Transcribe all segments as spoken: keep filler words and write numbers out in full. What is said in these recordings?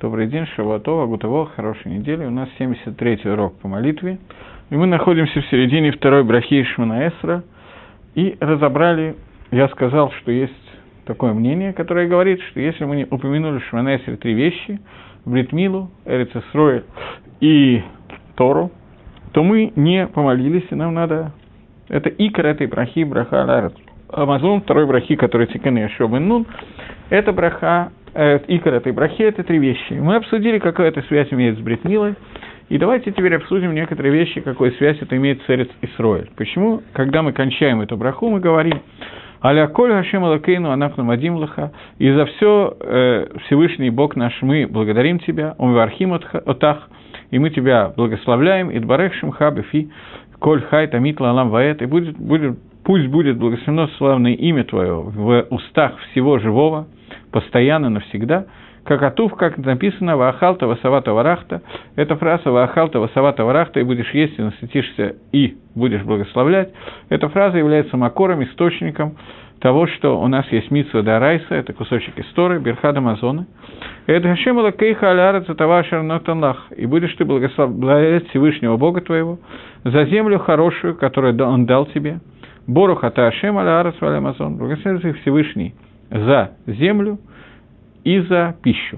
Добрый день, Шавуатова, Гутово, хорошей недели. У нас семьдесят третий урок по молитве. И мы находимся в середине второй брахи Шмона Эсра. И разобрали, я сказал, что есть такое мнение, которое говорит, что если мы не упомянули в Шмона Эсре три вещи, Брит Милу, Эрец Исроэль и Тору, то мы не помолились, и нам надо... Это икор этой брахи, браха аль-Арец. Амазон, второй брахи, который Тикен Яшуа бен Нун, это браха, э, икор этой брахи, это три вещи. Мы обсудили, какая эта связь имеет с Брит Милой, и давайте теперь обсудим некоторые вещи, какую связь это имеет с Эрец Исроэль. Почему, когда мы кончаем эту браху, мы говорим «Аля коль Хашем Элокейну анахну мадим лаха», и за все э, Всевышний Бог наш, мы благодарим Тебя, умвархим отах, и мы Тебя благословляем, идбарех шимха бефи коль хай тамит лалам ваэт, и будет, будет пусть будет благословено славное имя Твое в устах всего живого, постоянно, навсегда, как атув, как написано, «Ваахалта васавата варахта». Эта фраза «Ваахалта васавата варахта» и будешь есть, и насытишься, и будешь благословлять. Эта фраза является макором, источником того, что у нас есть митцва д'орайса, это кусочек истории, Берхад Амазоны. «Эд Хашем элокейха аль аарец атава ашер нотан лах», и будешь ты благословлять Всевышнего Бога твоего за землю хорошую, которую Он дал тебе. Борух ата Ашем аль аарец валь Амазон, благословен Всевышний за землю и за пищу.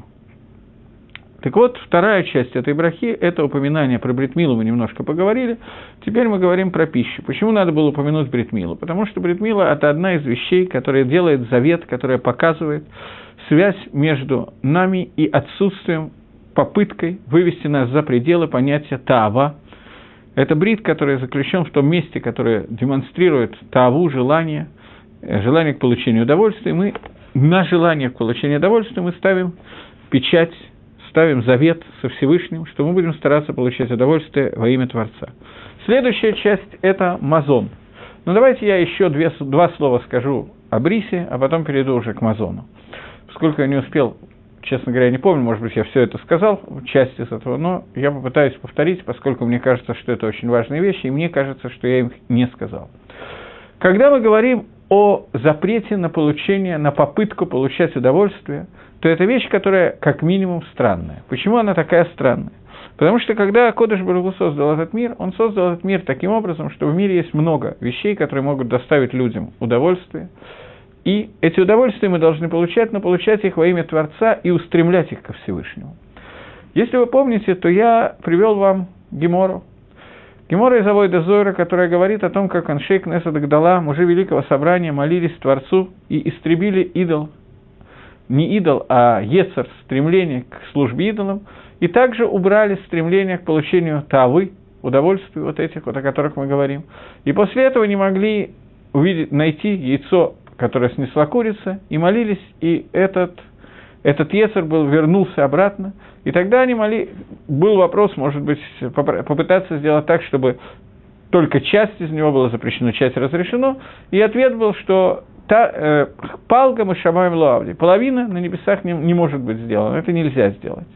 Так вот, вторая часть этой брахи, это упоминание про Брит Милу, мы немножко поговорили, теперь мы говорим про пищу. Почему надо было упомянуть Брит Милу? Потому что Брит Мила – это одна из вещей, которая делает завет, которая показывает связь между нами и отсутствием, попыткой вывести нас за пределы понятия таава. Это брит, который заключен в том месте, которое демонстрирует тааву, желание, желание к получению удовольствия. Мы на желание к получению удовольствия мы ставим печать, ставим завет со Всевышним, что мы будем стараться получать удовольствие во имя Творца. Следующая часть – это мазон. Но давайте я еще две, два слова скажу о брисе, а потом перейду уже к мазону. Поскольку я не успел, честно говоря, не помню, может быть, я все это сказал, часть из этого, но я попытаюсь повторить, поскольку мне кажется, что это очень важные вещи, и мне кажется, что я их не сказал. Когда мы говорим о запрете на получение, на попытку получать удовольствие, то это вещь, которая как минимум странная. Почему она такая странная? Потому что когда Кодеш Барух Ху создал этот мир, он создал этот мир таким образом, что в мире есть много вещей, которые могут доставить людям удовольствие, и эти удовольствия мы должны получать, но получать их во имя Творца и устремлять их ко Всевышнему. Если вы помните, то я привел вам Гемору, Гемора из Авойда Зойра, которая говорит о том, как Аншей Кнесет Гдала, мужи Великого Собрания, молились Творцу и истребили идол, не идол, а ецер, стремление к службе идолам, и также убрали стремление к получению тавы, удовольствий вот этих, вот о которых мы говорим. И после этого не могли увидеть, найти яйцо, которое снесла курица, и молились, и этот... Этот ецер был, вернулся обратно, и тогда они моли... Был вопрос, может быть, попытаться сделать так, чтобы только часть из него была запрещена, часть разрешена, и ответ был, что та, э, палга мы шамаем луавли, половина на небесах не, не может быть сделана, это нельзя сделать.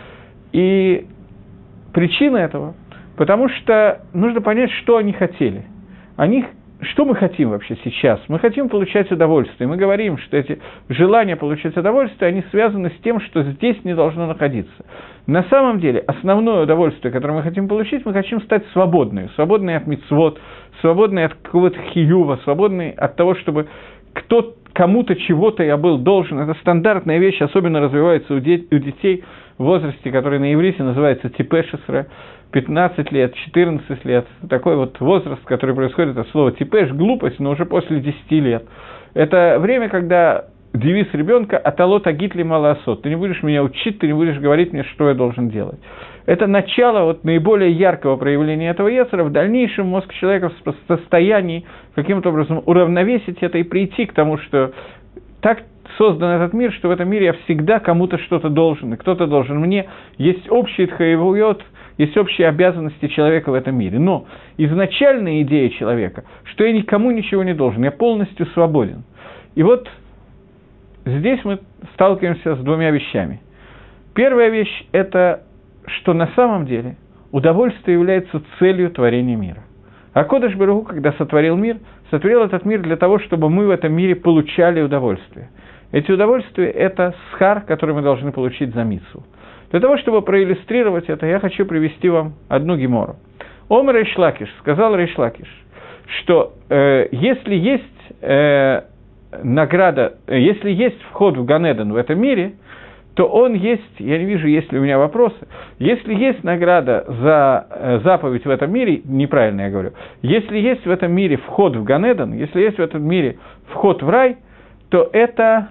И причина этого, потому что нужно понять, что они хотели. Они Что мы хотим вообще сейчас? Мы хотим получать удовольствие. Мы говорим, что эти желания получать удовольствие, они связаны с тем, что здесь не должно находиться. На самом деле, основное удовольствие, которое мы хотим получить, мы хотим стать свободными. Свободные от мицвот, свободные от какого-то хиюва, свободные от того, чтобы кто, кому-то чего-то я был должен. Это стандартная вещь, особенно развивается у, де- у детей в возрасте, который на иврите называется типешесре, пятнадцать лет, четырнадцать лет, такой вот возраст, который происходит от слова «типеш», глупость, но уже после десяти лет. Это время, когда девиз ребенка «аталот агитли маласот», ты не будешь меня учить, ты не будешь говорить мне, что я должен делать. Это начало вот наиболее яркого проявления этого ецера, в дальнейшем мозг человека в состоянии каким-то образом уравновесить это и прийти к тому, что так создан этот мир, что в этом мире я всегда кому-то что-то должен, и кто-то должен мне, есть общий тхаевуйот, есть общие обязанности человека в этом мире. Но изначальная идея человека, что я никому ничего не должен, я полностью свободен. И вот здесь мы сталкиваемся с двумя вещами. Первая вещь – это, что на самом деле удовольствие является целью творения мира. А Кодеш Барух Ху, когда сотворил мир, сотворил этот мир для того, чтобы мы в этом мире получали удовольствие. Эти удовольствия – это схар, который мы должны получить за мицву. Для того, чтобы проиллюстрировать это, я хочу привести вам одну гемору. Омер Рейш Лакиш, сказал Рейш Лакиш, что э, если есть э, награда, э, если есть вход в Ганеден в этом мире, то он есть, я не вижу, есть ли у меня вопросы, если есть награда за э, заповедь в этом мире, неправильно я говорю, если есть в этом мире вход в Ганеден, если есть в этом мире вход в рай, то это...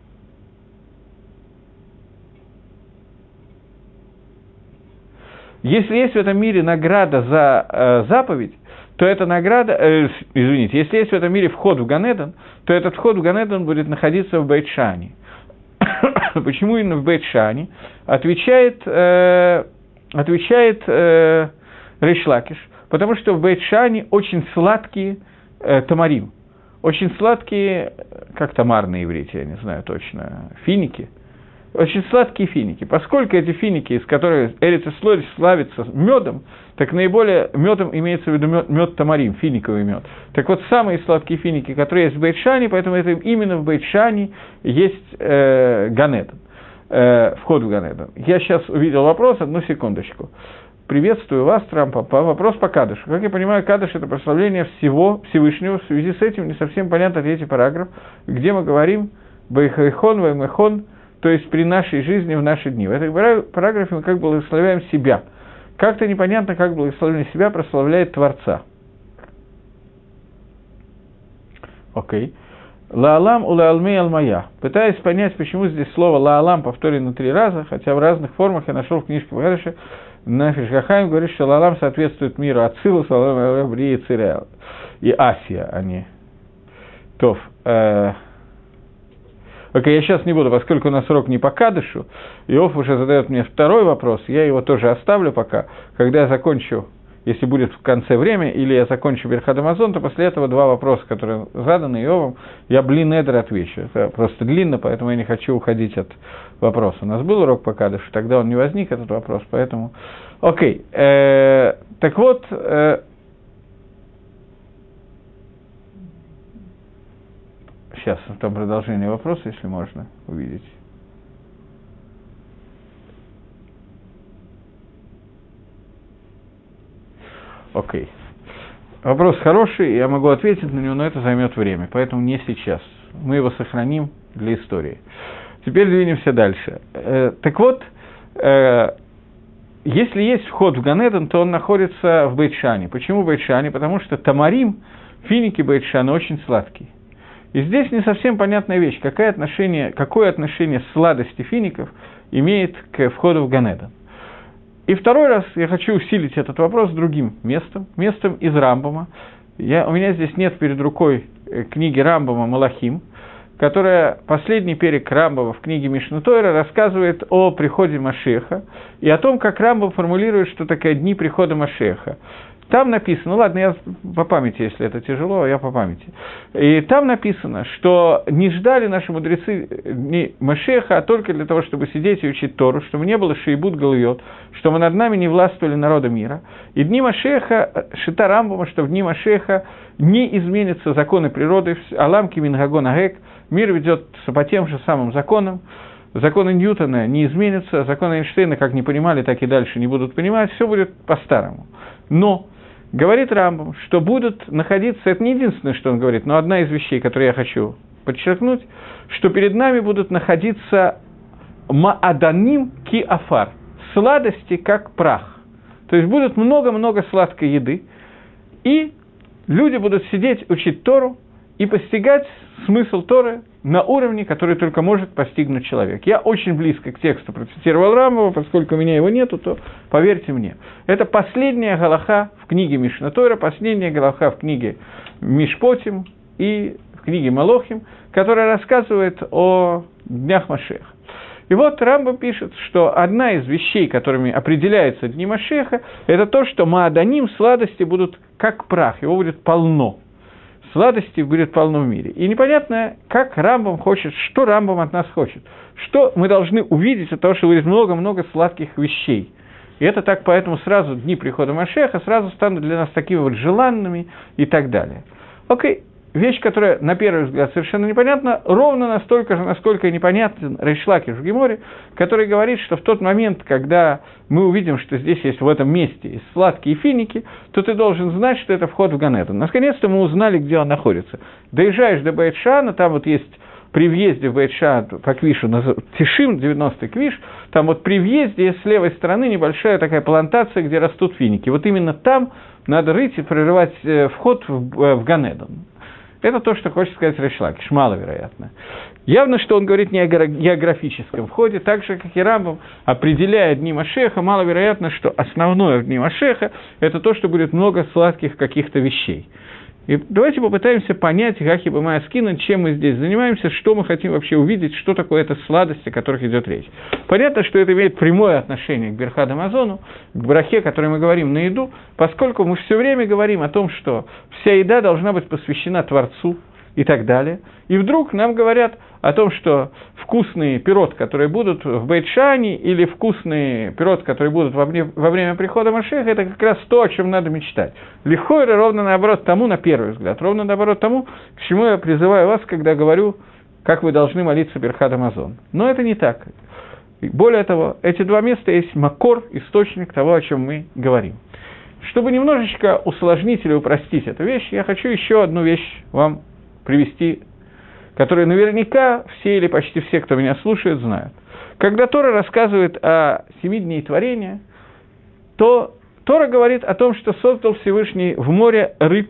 Если есть в этом мире награда за э, заповедь, то эта награда, э, извините, если есть в этом мире вход в Ганеден, то этот вход в Ганеден будет находиться в Бейт-Шани. Почему именно в Бейт-Шани? Отвечает, э, отвечает э, Рейш Лакиш, потому что в Бейт-Шани очень сладкие э, тамарим, очень сладкие, как тамар на иврите, я не знаю точно, финики, очень сладкие финики. Поскольку эти финики, из которых Эрец Ислой славится медом, так наиболее медом имеется в виду мед, мед тамарим, финиковый мед. Так вот, самые сладкие финики, которые есть в Бейт-Шани, поэтому это именно в Бейт-Шани есть э, Ганеден, э, вход в Ганеден. Я сейчас увидел вопрос, одну секундочку. Приветствую вас, Трампа. По, вопрос по Кадышу. Как я понимаю, Кадыш – это прославление всего Всевышнего. В связи с этим не совсем понятно третий параграф, где мы говорим «Бейхайхон, ваймехон», то есть при нашей жизни в наши дни. В этом параграфе мы как бы благословляем себя. Как-то непонятно, как благословение себя прославляет Творца. Окей. Лаалам у лаалмей алмая. Пытаясь понять, почему здесь слово лаалам повторено три раза, хотя в разных формах я нашел в книжке Кадыша, Нафиш Хахаим говорит, что лаалам соответствует миру Ацилус, лаалам Брии, Циреал и Асия, они. Тов. Окей, я сейчас не буду, поскольку у нас срок не по Кадышу, Иов уже задает мне второй вопрос, я его тоже оставлю пока, когда я закончу, если будет в конце время, или я закончу Берхат Амазон, то после этого два вопроса, которые заданы Иовом, я блин эдер отвечу. Это просто длинно, поэтому я не хочу уходить от вопроса. У нас был урок по Кадышу, тогда он не возник, этот вопрос, поэтому... Окей, э, так вот... Э, Сейчас, там продолжение вопроса, если можно увидеть. Окей. Вопрос хороший, я могу ответить на него, но это займет время, поэтому не сейчас. Мы его сохраним для истории. Теперь двинемся дальше. Э, так вот, э, если есть вход в Ганеден, то он находится в Бейт-Шани. Почему в Бейт-Шани? Потому что тамарим, финики Бейт-Шани, очень сладкие. И здесь не совсем понятная вещь, какое отношение, какое отношение сладости фиников имеет к входу в Ганеден. И второй раз я хочу усилить этот вопрос другим местом, местом из Рамбама. Я, у меня здесь нет перед рукой книги Рамбама «Малахим», которая, последний перек Рамбама в книге Мишна Тойра рассказывает о приходе Машеха и о том, как Рамбам формулирует, что такое дни прихода Машеха. Там написано, ну ладно, я по памяти, если это тяжело, я по памяти. И там написано, что не ждали наши мудрецы дни Машеха, а только для того, чтобы сидеть и учить Тору, чтобы не было шейбут галуйот, чтобы над нами не властвовали народы мира. И дни Машеха, шита Рамбама, что в дни Машеха не изменятся законы природы, аламки мингагон агек, мир ведется по тем же самым законам, законы Ньютона не изменятся, законы Эйнштейна, как не понимали, так и дальше не будут понимать, все будет по-старому. Но говорит Рамбам, что будут находиться, это не единственное, что он говорит, но одна из вещей, которые я хочу подчеркнуть, что перед нами будут находиться ма'аданим ки афар, сладости как прах. То есть будут много-много сладкой еды, и люди будут сидеть, учить Тору и постигать смысл Торы на уровне, который только может постигнуть человек. Я очень близко к тексту процитировал Рамбама, поскольку у меня его нету, то поверьте мне. Это последняя галаха в книге Мишна Тойра, последняя галаха в книге Мишпотим и в книге Малохим, которая рассказывает о днях Машеха. И вот Рамбам пишет, что одна из вещей, которыми определяются дни Машеха, это то, что ма'аданим, сладости будут как прах, его будет полно. Сладости будет полно в мире. И непонятно, как Рамбам хочет, что Рамбам от нас хочет. Что мы должны увидеть от того, что будет много-много сладких вещей. И это так, поэтому сразу дни прихода Машеха сразу станут для нас такими вот желанными и так далее. Окей, вещь, которая, на первый взгляд, совершенно непонятна, ровно настолько же, насколько непонятен Рейш Лакиш в Геморе, который говорит, что в тот момент, когда мы увидим, что здесь есть в этом месте есть сладкие финики, то ты должен знать, что это вход в Ган Эден. Наконец-то мы узнали, где он находится. Доезжаешь до Бейт-Шана, там вот есть при въезде в Бейт-Шан по Квишу, Тишим, девяностый Квиш, там вот при въезде с левой стороны небольшая такая плантация, где растут финики. Вот именно там надо рыть и прорывать вход в, в Ган Эден. Это то, что хочет сказать Рейш Лакиш, маловероятно. Явно, что он говорит не о географическом входе, так же, как и Рамбам, определяя дни Машеха, маловероятно, что основное в дни Машеха – это то, что будет много сладких каких-то вещей. И давайте попытаемся понять, Гахи Бамай Аскинан, чем мы здесь занимаемся, что мы хотим вообще увидеть, что такое эта сладость, о которых идет речь. Понятно, что это имеет прямое отношение к Берхат Амазону, к брахе, о которой мы говорим на еду, поскольку мы все время говорим о том, что вся еда должна быть посвящена Творцу и так далее. И вдруг нам говорят о том, что вкусные пирот, которые будут в Бейт-Шане, или вкусные пирот, которые будут во время, во время прихода Машеха, это как раз то, о чем надо мечтать. Лихойра ровно наоборот тому, на первый взгляд, ровно наоборот тому, к чему я призываю вас, когда говорю, как вы должны молиться Берхат Амазон. Но это не так. Более того, эти два места есть макор, источник того, о чем мы говорим. Чтобы немножечко усложнить или упростить эту вещь, я хочу еще одну вещь вам привести, которые наверняка все или почти все, кто меня слушает, знают. Когда Тора рассказывает о семи дней творения, то Тора говорит о том, что создал Всевышний в море рыб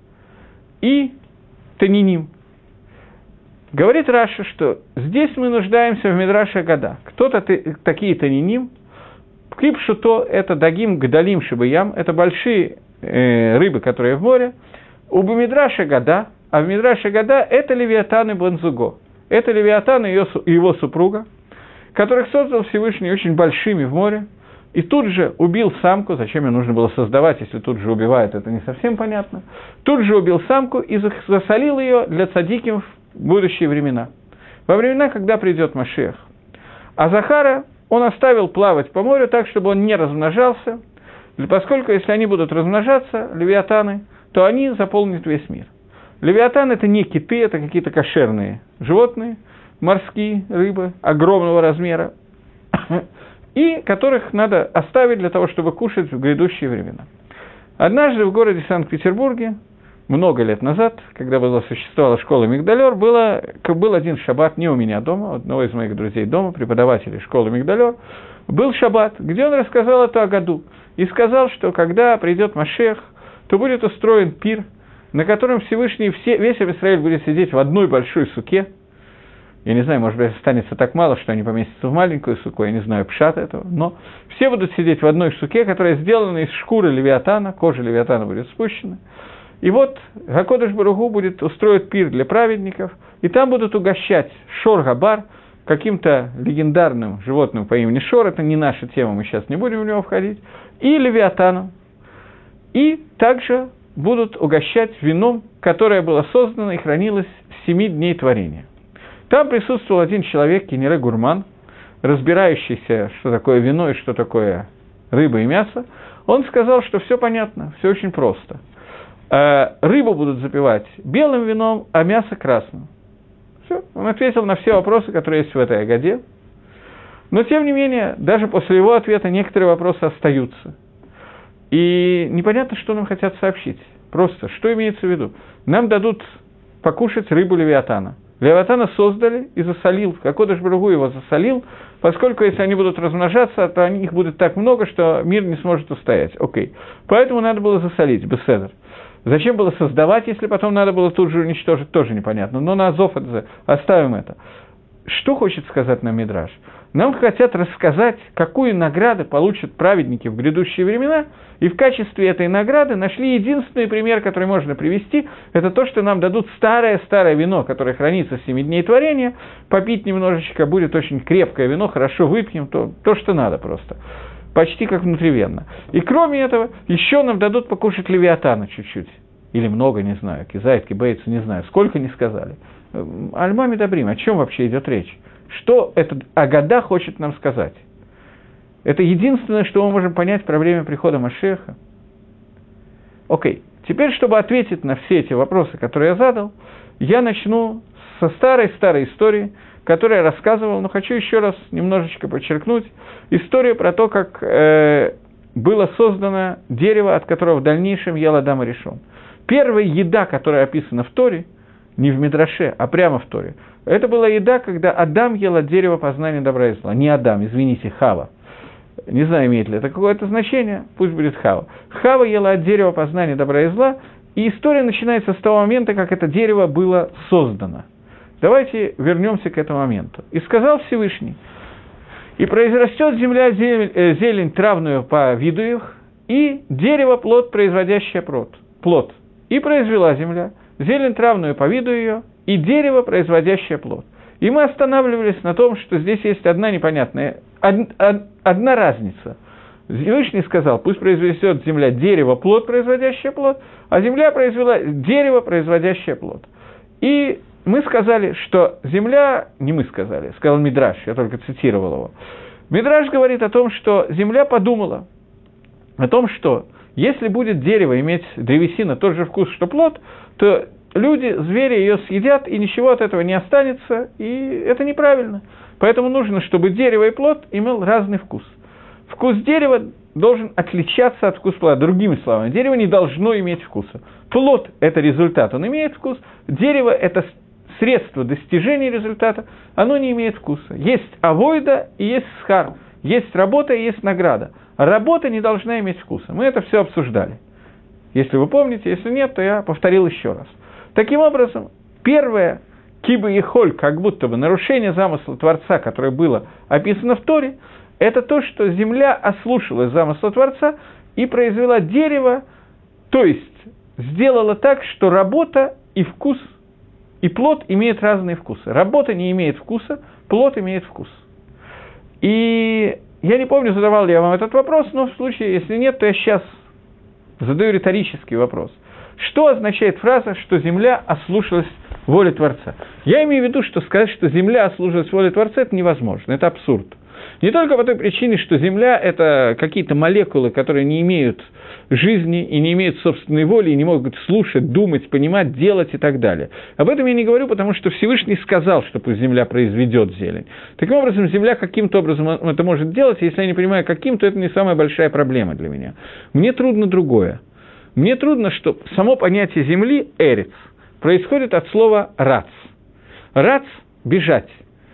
и таниним. Говорит Раша, что здесь мы нуждаемся в Мидраше Агада. Кто-то такие таниним, кипшуто – это дагим гдалим шибаям, это большие э, рыбы, которые в море, у Мидраше Агада. А в Мидраше Агада это Левиатан и Бензуго. Это Левиатан и его супруга, которых создал Всевышний очень большими в море, и тут же убил самку. Зачем ее нужно было создавать, если тут же убивают, это не совсем понятно. Тут же убил самку и засолил ее для цадиким в будущие времена. Во времена, когда придет Машиах. А Захара он оставил плавать по морю так, чтобы он не размножался, поскольку если они будут размножаться, левиатаны, то они заполнят весь мир. Левиатан – это не киты, это какие-то кошерные животные, морские рыбы огромного размера, и которых надо оставить для того, чтобы кушать в грядущие времена. Однажды в городе Санкт-Петербурге, много лет назад, когда была, существовала школа Мигдалёр, было, был один шаббат не у меня дома, у одного из моих друзей дома, преподавателей школы Мигдалёр, был шаббат, где он рассказал эту Агаду, и сказал, что когда придет Машиах, то будет устроен пир, на котором Всевышний, все, весь Израиль будет сидеть в одной большой суке. Я не знаю, может быть, останется так мало, что они поместятся в маленькую суку, я не знаю пшат этого, но все будут сидеть в одной суке, которая сделана из шкуры левиатана, кожа левиатана будет спущена. И вот Гакодыш Барух Ху будет устроить пир для праведников, и там будут угощать Шор-Габар, каким-то легендарным животным по имени Шор, это не наша тема, мы сейчас не будем в него входить, и левиатаном. И также будут угощать вином, которое было создано и хранилось с семи дней творения. Там присутствовал один человек, Кенере Гурман, разбирающийся, что такое вино и что такое рыба и мясо. Он сказал, что все понятно, все очень просто. Рыбу будут запивать белым вином, а мясо красным. Все. Он ответил на все вопросы, которые есть в этой Агаде. Но, тем не менее, даже после его ответа некоторые вопросы остаются. И непонятно, что нам хотят сообщить. Просто, что имеется в виду? Нам дадут покушать рыбу левиатана. Левиатана создали и засолил. Гакодыш Барух Ху его засолил, поскольку если они будут размножаться, то их будет так много, что мир не сможет устоять. Окей. Поэтому надо было засолить, беседер. Зачем было создавать, если потом надо было тут же уничтожить, тоже непонятно. Но на Азов оставим это. Что хочет сказать нам Мидраш? Нам хотят рассказать, какую награду получат праведники в грядущие времена, и в качестве этой награды нашли единственный пример, который можно привести, это то, что нам дадут старое-старое вино, которое хранится с семи дней творения, попить немножечко, будет очень крепкое вино, хорошо выпьем, то, то что надо просто, почти как внутривенно. И кроме этого, еще нам дадут покушать левиатана чуть-чуть, или много, не знаю, кизайт, кибейцу, не знаю, сколько не сказали. Альма Медабрим, о чем вообще идет речь? Что этот Агада хочет нам сказать? Это единственное, что мы можем понять про время прихода Машиаха. Окей, Теперь, чтобы ответить на все эти вопросы, которые я задал, я начну со старой-старой истории, которую я рассказывал, но хочу еще раз немножечко подчеркнуть историю про то, как э, было создано дерево, от которого в дальнейшем ел Адам Аришон. Первая еда, которая описана в Торе, не в Мидраше, а прямо в Торе, это была еда, когда Адам ел от дерева познания добра и зла. Не Адам, извините, Хава. Не знаю, имеет ли это какое-то значение, пусть будет Хава. Хава ела от дерева познания добра и зла, и история начинается с того момента, как это дерево было создано. Давайте вернемся к этому моменту. «И сказал Всевышний, и произрастет земля зелень, зелень травную по виду их, и дерево плод, производящее плод. плод. И произвела земля зелень травную по виду ее, и дерево, производящее плод». И мы останавливались на том, что здесь есть одна непонятная, од, од, одна разница. Всевышний сказал, пусть произведет земля дерево, плод, производящее плод, а земля произвела дерево, производящее плод. И мы сказали, что земля, не мы сказали, сказал Мидраш, я только цитировал его. Мидраш говорит о том, что земля подумала о том, что если будет дерево иметь древесина тот же вкус, что плод, то люди, звери ее съедят, и ничего от этого не останется, и это неправильно. Поэтому нужно, чтобы дерево и плод имел разный вкус. Вкус дерева должен отличаться от вкуса плода. Другими словами, дерево не должно иметь вкуса. Плод – это результат, он имеет вкус. Дерево – это средство достижения результата, оно не имеет вкуса. Есть авойда и есть схар, есть работа и есть награда. Работа не должна иметь вкуса. Мы это все обсуждали. Если вы помните, если нет, то я повторил еще раз. Таким образом, первое киба и холь, как будто бы нарушение замысла Творца, которое было описано в Торе, это то, что земля ослушалась замысла Творца и произвела дерево, то есть сделала так, что работа и вкус, и плод имеют разные вкусы. Работа не имеет вкуса, плод имеет вкус. И я не помню, задавал ли я вам этот вопрос, но в случае, если нет, то я сейчас задаю риторический вопрос. Что означает фраза, что земля ослушалась воли Творца? Я имею в виду, что сказать, что земля ослушалась воли Творца, это невозможно, это абсурд. Не только по той причине, что Земля – это какие-то молекулы, которые не имеют жизни и не имеют собственной воли, и не могут слушать, думать, понимать, делать и так далее. Об этом я не говорю, потому что Всевышний сказал, что пусть Земля произведет зелень. Таким образом, Земля каким-то образом это может делать, и если я не понимаю, каким, то это не самая большая проблема для меня. Мне трудно другое. Мне трудно, что само понятие Земли, эрец, происходит от слова «рац». «Рац» – бежать.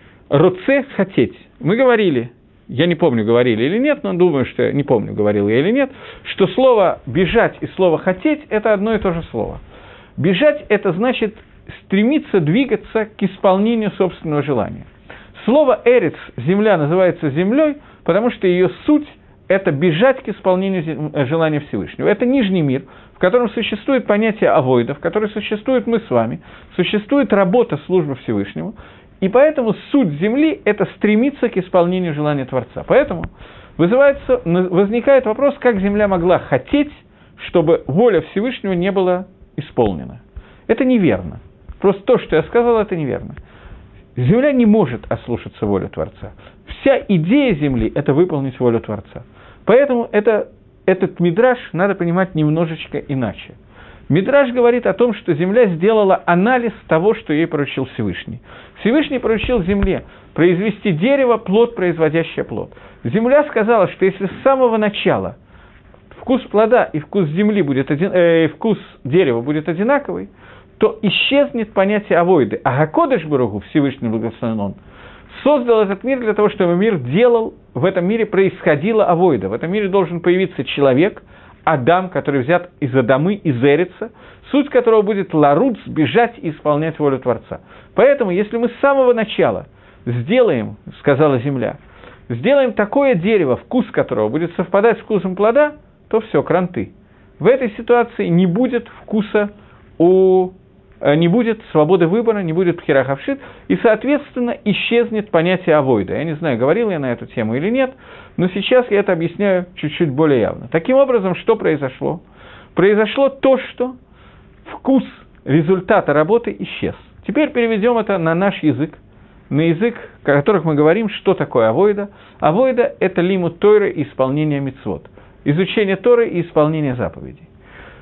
«Роце» – хотеть. Мы говорили, я не помню, говорили или нет, но думаю, что не помню, говорил я или нет, что слово «бежать» и слово «хотеть» – это одно и то же слово. Бежать – это значит стремиться двигаться к исполнению собственного желания. Слово «эрец» – земля называется землей, потому что ее суть – это бежать к исполнению желания Всевышнего. Это нижний мир, в котором существует понятие авойда, в котором существует мы с вами, существует работа службы Всевышнему. И поэтому суть земли – это стремиться к исполнению желания Творца. Поэтому вызывается, возникает вопрос, как земля могла хотеть, чтобы воля Всевышнего не была исполнена. Это неверно. Просто то, что я сказал, это неверно. Земля не может ослушаться воли Творца. Вся идея земли – это выполнить волю Творца. Поэтому это, этот мидраш надо понимать немножечко иначе. Мидраш говорит о том, что земля сделала анализ того, что ей поручил Всевышний. Всевышний поручил земле произвести дерево, плод, производящее плод. Земля сказала, что если с самого начала вкус плода и вкус земли будет один, э, вкус дерева будет одинаковый, то исчезнет понятие авойды. А Гакодеш Барух Ху, Всевышний благословен он, создал этот мир для того, чтобы мир делал, в этом мире происходила авойда. В этом мире должен появиться человек, Адам, который взят из Адамы, из Эрица, суть которого будет ларуц, бежать и исполнять волю Творца. Поэтому, если мы с самого начала сделаем, сказала земля, сделаем такое дерево, вкус которого будет совпадать с вкусом плода, то все, кранты. В этой ситуации не будет вкуса у... не будет свободы выбора, не будет пхирахавшит, и, соответственно, исчезнет понятие авойда. Я не знаю, говорил я на эту тему или нет, но сейчас я это объясняю чуть-чуть более явно. Таким образом, что произошло? Произошло то, что вкус результата работы исчез. Теперь переведем это на наш язык, на язык, о которых мы говорим, что такое авойда. Авойда – это лимут Торы и исполнение мицвот, изучение Торы и исполнение заповедей.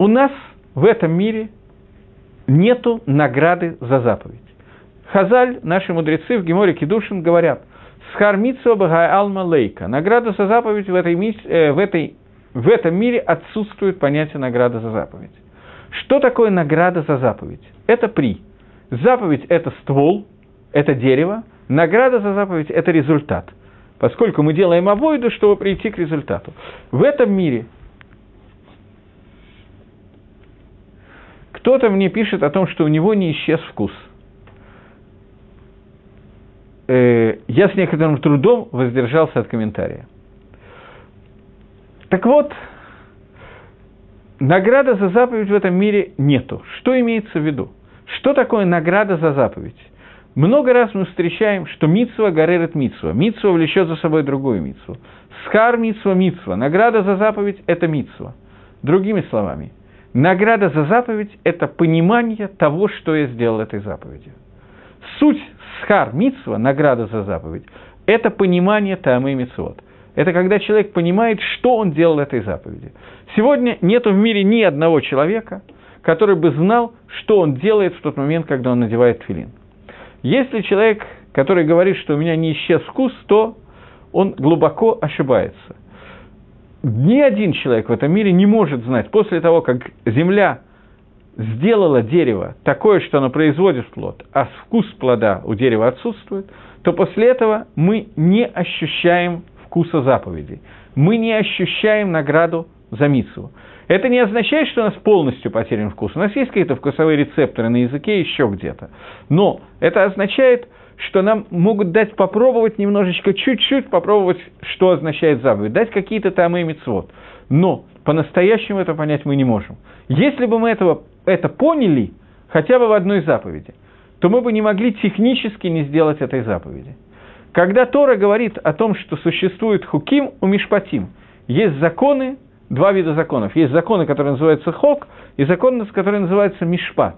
у нас в этом мире нету награды за заповедь. Хазаль, наши мудрецы в Геморе Кидушин говорят: «Схар митцва багай алма лейка». Награда за заповедь в, этой, э, в, этой, в этом мире отсутствует понятие награда за заповедь. Что такое награда за заповедь? Это при. Заповедь – это ствол, это дерево. Награда за заповедь – это результат. Поскольку мы делаем авойду, чтобы прийти к результату. В этом мире кто-то мне пишет о том, что у него не исчез вкус. Я с некоторым трудом воздержался от комментария. Так вот, награда за заповедь в этом мире нету. Что имеется в виду? Что такое награда за заповедь? Много раз мы встречаем, что мицва горерет мицва. Мицва влечет за собой другую мицву. Схар мицва мицва. Награда за заповедь – это мицва. Другими словами, награда за заповедь – это понимание того, что я сделал этой заповедью. Суть схар мицва, награда за заповедь, это понимание таамы мицвот. Это когда человек понимает, что он делал этой заповеди. Сегодня нет в мире ни одного человека, который бы знал, что он делает в тот момент, когда он надевает тфилин. Если человек, который говорит, что у меня не исчез вкус, то он глубоко ошибается. Ни один человек в этом мире не может знать, после того, как земля сделала дерево такое, что оно производит плод, а вкус плода у дерева отсутствует, то после этого мы не ощущаем вкуса заповедей. Мы не ощущаем награду за мицву. Это не означает, что у нас полностью потерян вкус. У нас есть какие-то вкусовые рецепторы на языке, еще где-то. Но это означает, что нам могут дать попробовать немножечко, чуть-чуть попробовать, что означает заповедь. Дать какие-то таамы мицвот. Но по-настоящему это понять мы не можем. Если бы мы этого, это поняли хотя бы в одной заповеди, то мы бы не могли технически не сделать этой заповеди. Когда Тора говорит о том, что существует хуким у мишпатим, есть законы, два вида законов. Есть законы, которые называются хок, и законы, которые называются мишпат.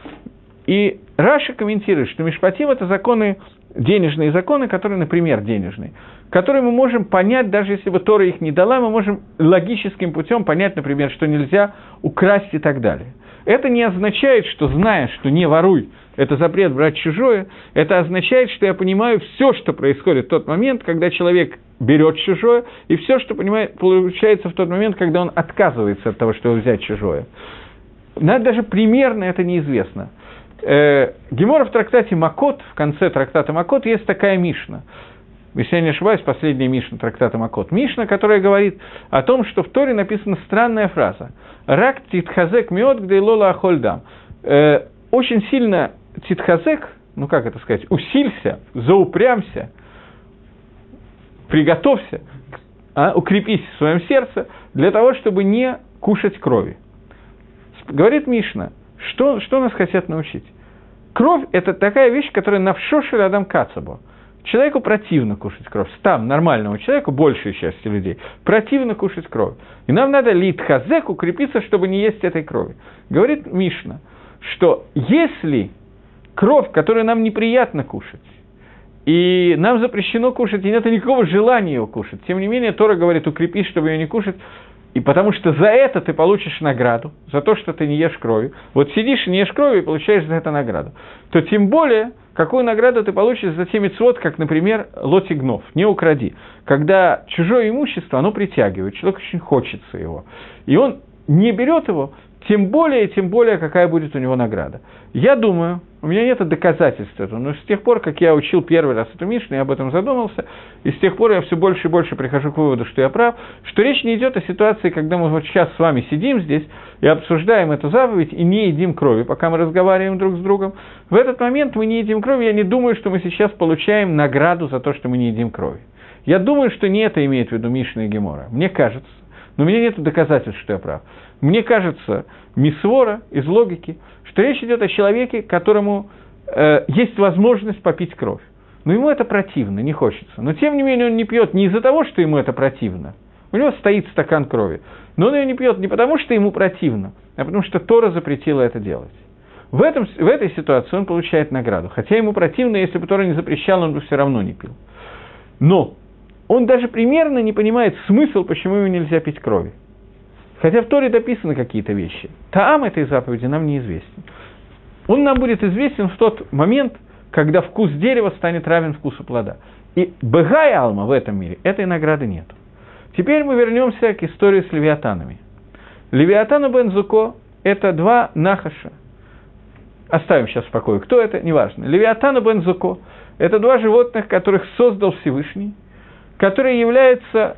И Раши комментирует, что мишпатим – это законы, денежные законы, которые, например, денежные, которые мы можем понять, даже если бы Тора их не дала, мы можем логическим путем понять, например, что нельзя украсть и так далее. Это не означает, что, зная, что не воруй, это запрет брать чужое, это означает, что я понимаю все, что происходит в тот момент, когда человек берет чужое, и все, что понимает, получается в тот момент, когда он отказывается от того, чтобы взять чужое. Нам даже примерно это неизвестно. Э, Гемора в трактате Макот, в конце трактата Макот, есть такая Мишна. Если я не ошибаюсь, последняя Мишна трактата Макот. Мишна, которая говорит о том, что в Торе написана странная фраза. «Рак титхазек миот гдей лола ахольдам». Э, очень сильно титхазек, ну как это сказать, усилься, заупрямся, приготовься, а, укрепись в своем сердце для того, чтобы не кушать крови. Говорит Мишна, что, что нас хотят научить? Кровь – это такая вещь, которая навшоши рядом кацабо. Человеку противно кушать кровь. Там, нормальному человеку, большей части людей, противно кушать кровь. И нам надо литхазек укрепиться, чтобы не есть этой крови. Говорит Мишна, что если кровь, которую нам неприятно кушать, и нам запрещено кушать, и нет никакого желания ее кушать, тем не менее Тора говорит, укрепись, чтобы ее не кушать, и потому что за это ты получишь награду, за то, что ты не ешь крови. Вот сидишь и не ешь крови и получаешь за это награду. То тем более, какую награду ты получишь за те мицвот, как, например, лоти гнов, не укради. Когда чужое имущество, оно притягивает, человек очень хочется его. И он не берет его, тем более, тем более, какая будет у него награда. Я думаю, у меня нет доказательств этого, но с тех пор, как я учил первый раз эту Мишну, я об этом задумался, и с тех пор я все больше и больше прихожу к выводу, что я прав, что речь не идет о ситуации, когда мы вот сейчас с вами сидим здесь и обсуждаем эту заповедь и не едим крови, пока мы разговариваем друг с другом. В этот момент мы не едим крови, я не думаю, что мы сейчас получаем награду за то, что мы не едим крови. Я думаю, что не это имеет в виду Мишна и Гемора, мне кажется, но у меня нет доказательств, что я прав. Мне кажется, мисвора из логики, что речь идет о человеке, которому э, есть возможность попить кровь. Но ему это противно, не хочется. Но тем не менее он не пьет не из-за того, что ему это противно. У него стоит стакан крови. Но он ее не пьет не потому, что ему противно, а потому что Тора запретила это делать. В, этом, в этой ситуации он получает награду. Хотя ему противно, если бы Тора не запрещала, он бы все равно не пил. Но он даже примерно не понимает смысл, почему ему нельзя пить крови. Хотя в Торе дописаны какие-то вещи. Таам этой заповеди нам неизвестен. Он нам будет известен в тот момент, когда вкус дерева станет равен вкусу плода. И бегай алма в этом мире, этой награды нет. Теперь мы вернемся к истории с левиатанами. Левиатан и бен Зуко – это два нахаша. Оставим сейчас в покое, кто это, неважно. Левиатан и бен Зуко – это два животных, которых создал Всевышний, которые являются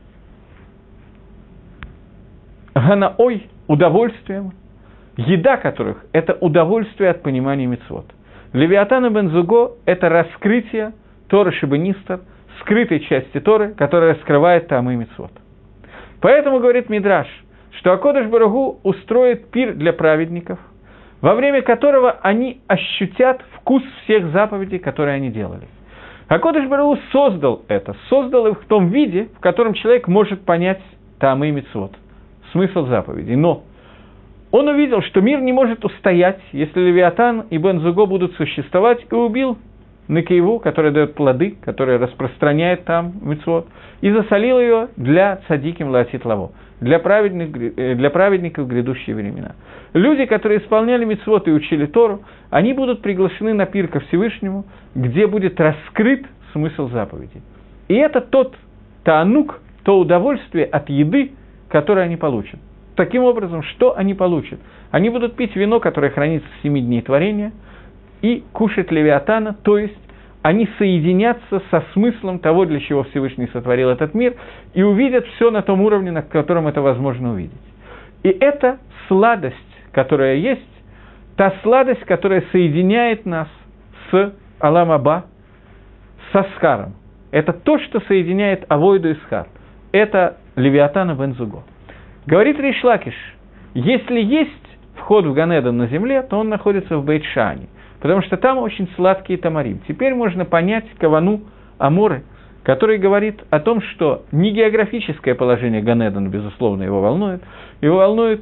ганаой, удовольствием, еда которых – это удовольствие от понимания мицвот. Левиатан и бен Зуго – это раскрытие Торы Шибанистер, скрытой части Торы, которая раскрывает Таамы мицвот. Поэтому говорит Мидраш, что Акодыш Барух Ху устроит пир для праведников, во время которого они ощутят вкус всех заповедей, которые они делали. Акодыш Барух Ху создал это, создал их в том виде, в котором человек может понять Таамы мицвот, смысл заповедей. Но он увидел, что мир не может устоять, если Левиатан и бен Зуго будут существовать, и убил Некееву, которая дает плоды, которая распространяет там мицвот, и засолил ее для цадиким лаатит лаво, для праведников, для праведников в грядущие времена. Люди, которые исполняли мицвот и учили Тору, они будут приглашены на пир ко Всевышнему, где будет раскрыт смысл заповедей. И это тот таанук, то удовольствие от еды, которое они получат. Таким образом, что они получат? Они будут пить вино, которое хранится с семи дней творения, и кушать левиатана, то есть они соединятся со смыслом того, для чего Всевышний сотворил этот мир, и увидят все на том уровне, на котором это возможно увидеть. И это сладость, которая есть, та сладость, которая соединяет нас с Алам Аба, со Схаром. Это то, что соединяет Авойду и Схар. Это Левиатан и бен Зуго. Говорит Рейш Лакиш, если есть вход в Ганедан на земле, то он находится в Бейт-Шаане, потому что там очень сладкие тамарим. Теперь можно понять кавану Аморы, который говорит о том, что не географическое положение Ганедана, безусловно, его волнует, его волнует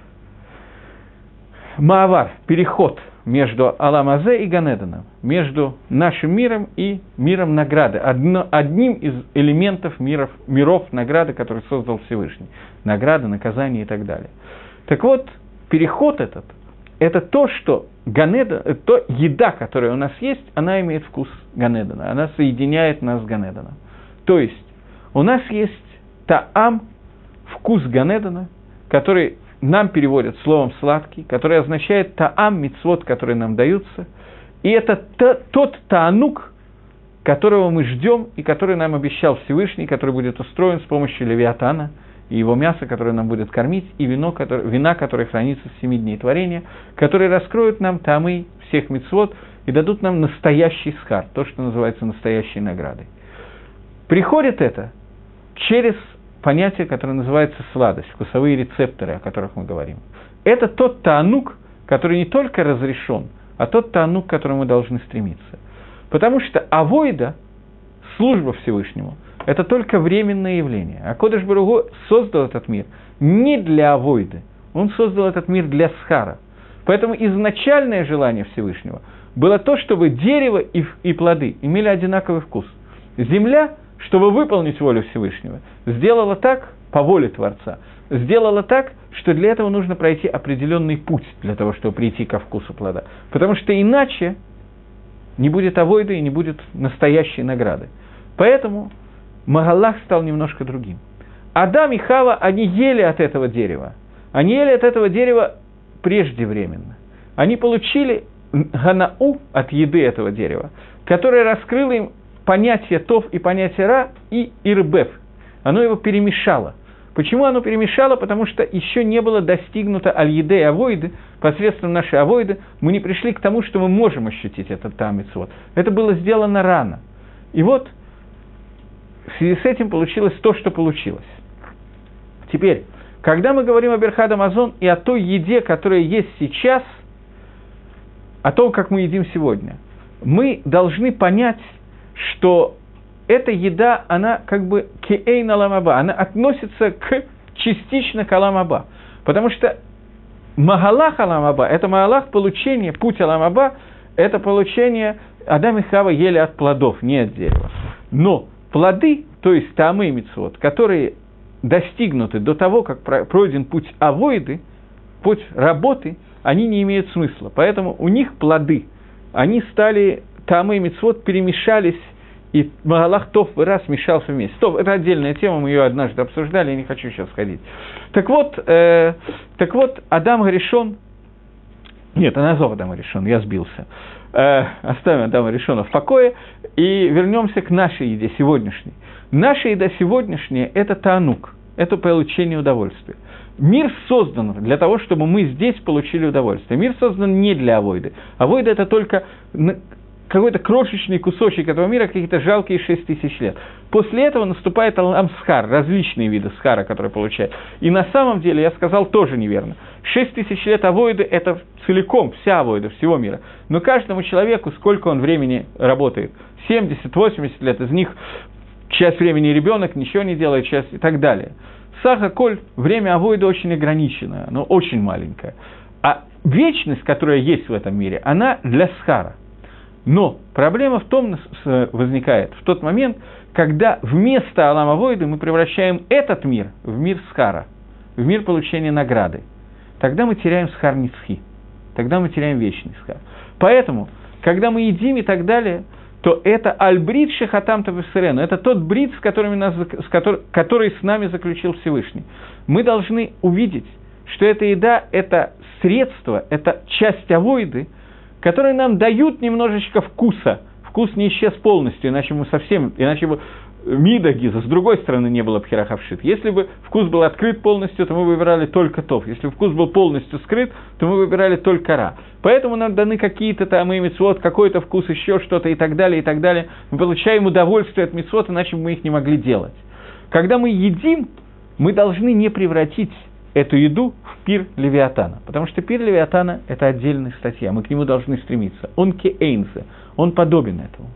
Маавар, переход между Алам-Азе и Ганеданом, между нашим миром и миром награды, одно, одним из элементов миров, миров награды, который создал Всевышний. Награда, наказание и так далее. Так вот, переход этот, это то, что Ганедан, то еда, которая у нас есть, она имеет вкус Ганедана, она соединяет нас с Ганеданом. То есть, у нас есть таам, вкус Ганедана, который нам переводят словом «сладкий», который означает таам мицвот, которые нам даются, и это та, тот таанук, которого мы ждем, и который нам обещал Всевышний, который будет устроен с помощью Левиатана, и его мясо, которое нам будет кормить, и вино, которое, вина, которое хранится с семи дней творения, которые раскроют нам таамы всех мицвот и дадут нам настоящий схар, то, что называется настоящей наградой. Приходит это через понятие, которое называется сладость, вкусовые рецепторы, о которых мы говорим. Это тот таанук, который не только разрешен, а тот таанук, к которому мы должны стремиться. Потому что авойда, служба Всевышнему, это только временное явление. А Акодыш Барух Ху создал этот мир не для авойды, он создал этот мир для схара. Поэтому изначальное желание Всевышнего было то, чтобы дерево и, и плоды имели одинаковый вкус. Земля, чтобы выполнить волю Всевышнего, сделала так, по воле Творца, сделала так, что для этого нужно пройти определенный путь, для того, чтобы прийти ко вкусу плода. Потому что иначе не будет авойды и не будет настоящей награды. Поэтому Магалах стал немножко другим. Адам и Хава, они ели от этого дерева. Они ели от этого дерева преждевременно. Они получили ганау от еды этого дерева, которое раскрыло им понятие тов и понятие ра и ирбев. Оно его перемешало. Почему оно перемешало? Потому что еще не было достигнуто аль-еде и авойды, посредством нашей авойды мы не пришли к тому, что мы можем ощутить этот таам мицвот. Это было сделано рано. И вот в связи с этим получилось то, что получилось. Теперь, когда мы говорим о Берхат Амазон и о той еде, которая есть сейчас, о том, как мы едим сегодня, мы должны понять, что эта еда, она как бы кеэйн алам аба, она относится к, частично к алам аба. Потому что магалах алам аба, это магалах получения, путь алам аба, это получение, Адам и Хава ели от плодов, не от дерева. Но плоды, то есть таамы мицвот, которые достигнуты до того, как пройден путь авойды, путь работы, они не имеют смысла. Поэтому у них плоды, они стали, таамы и мицвот перемешались, и Магалах Тов и Ра смешался вместе. Тов, это отдельная тема, мы ее однажды обсуждали, я не хочу сейчас ходить. Так вот, э, так вот Адам Гаришон, нет, Аназов Адам Гаришон, я сбился. Э, оставим Адама Ришона в покое и вернемся к нашей еде сегодняшней. Наша еда сегодняшняя – это таанук, это получение удовольствия. Мир создан для того, чтобы мы здесь получили удовольствие. Мир создан не для авойды. Авойда – это только какой-то крошечный кусочек этого мира, какие-то жалкие шесть тысяч лет. После этого наступает алам-схар, различные виды схара, которые получают. И на самом деле, я сказал тоже неверно. шесть тысяч лет авойды – это целиком, вся авойда всего мира. Но каждому человеку, сколько он времени работает? семьдесят-восемьдесят лет, из них часть времени ребенок ничего не делает, часть и так далее. Саха-коль, время авойды очень ограниченное, оно очень маленькое. А вечность, которая есть в этом мире, она для схара. Но проблема в том возникает в тот момент, когда вместо Алам Авойды мы превращаем этот мир в мир схара, в мир получения награды. Тогда мы теряем схар ницхи, тогда мы теряем вечный схар. Поэтому, когда мы едим и так далее, то это аль-брит шехатам тавесерену, это тот брит, с, которыми нас, с который, который с нами заключил Всевышний. Мы должны увидеть, что эта еда – это средство, это часть авойды, которые нам дают немножечко вкуса. Вкус не исчез полностью, иначе мы совсем, иначе бы мидагиза, с другой стороны, не было пхерахавшит. Если бы вкус был открыт полностью, то мы выбирали только тов. Если вкус был полностью скрыт, то мы выбирали только ра. Поэтому нам даны какие-то там и мицвот, какой-то вкус, еще что-то и так далее, и так далее. Мы получаем удовольствие от мицвот, иначе бы мы их не могли делать. Когда мы едим, мы должны не превратить эту еду в пир Левиатана. Потому что пир Левиатана – это отдельная статья, мы к нему должны стремиться. Он кеэйнзе, он подобен этому.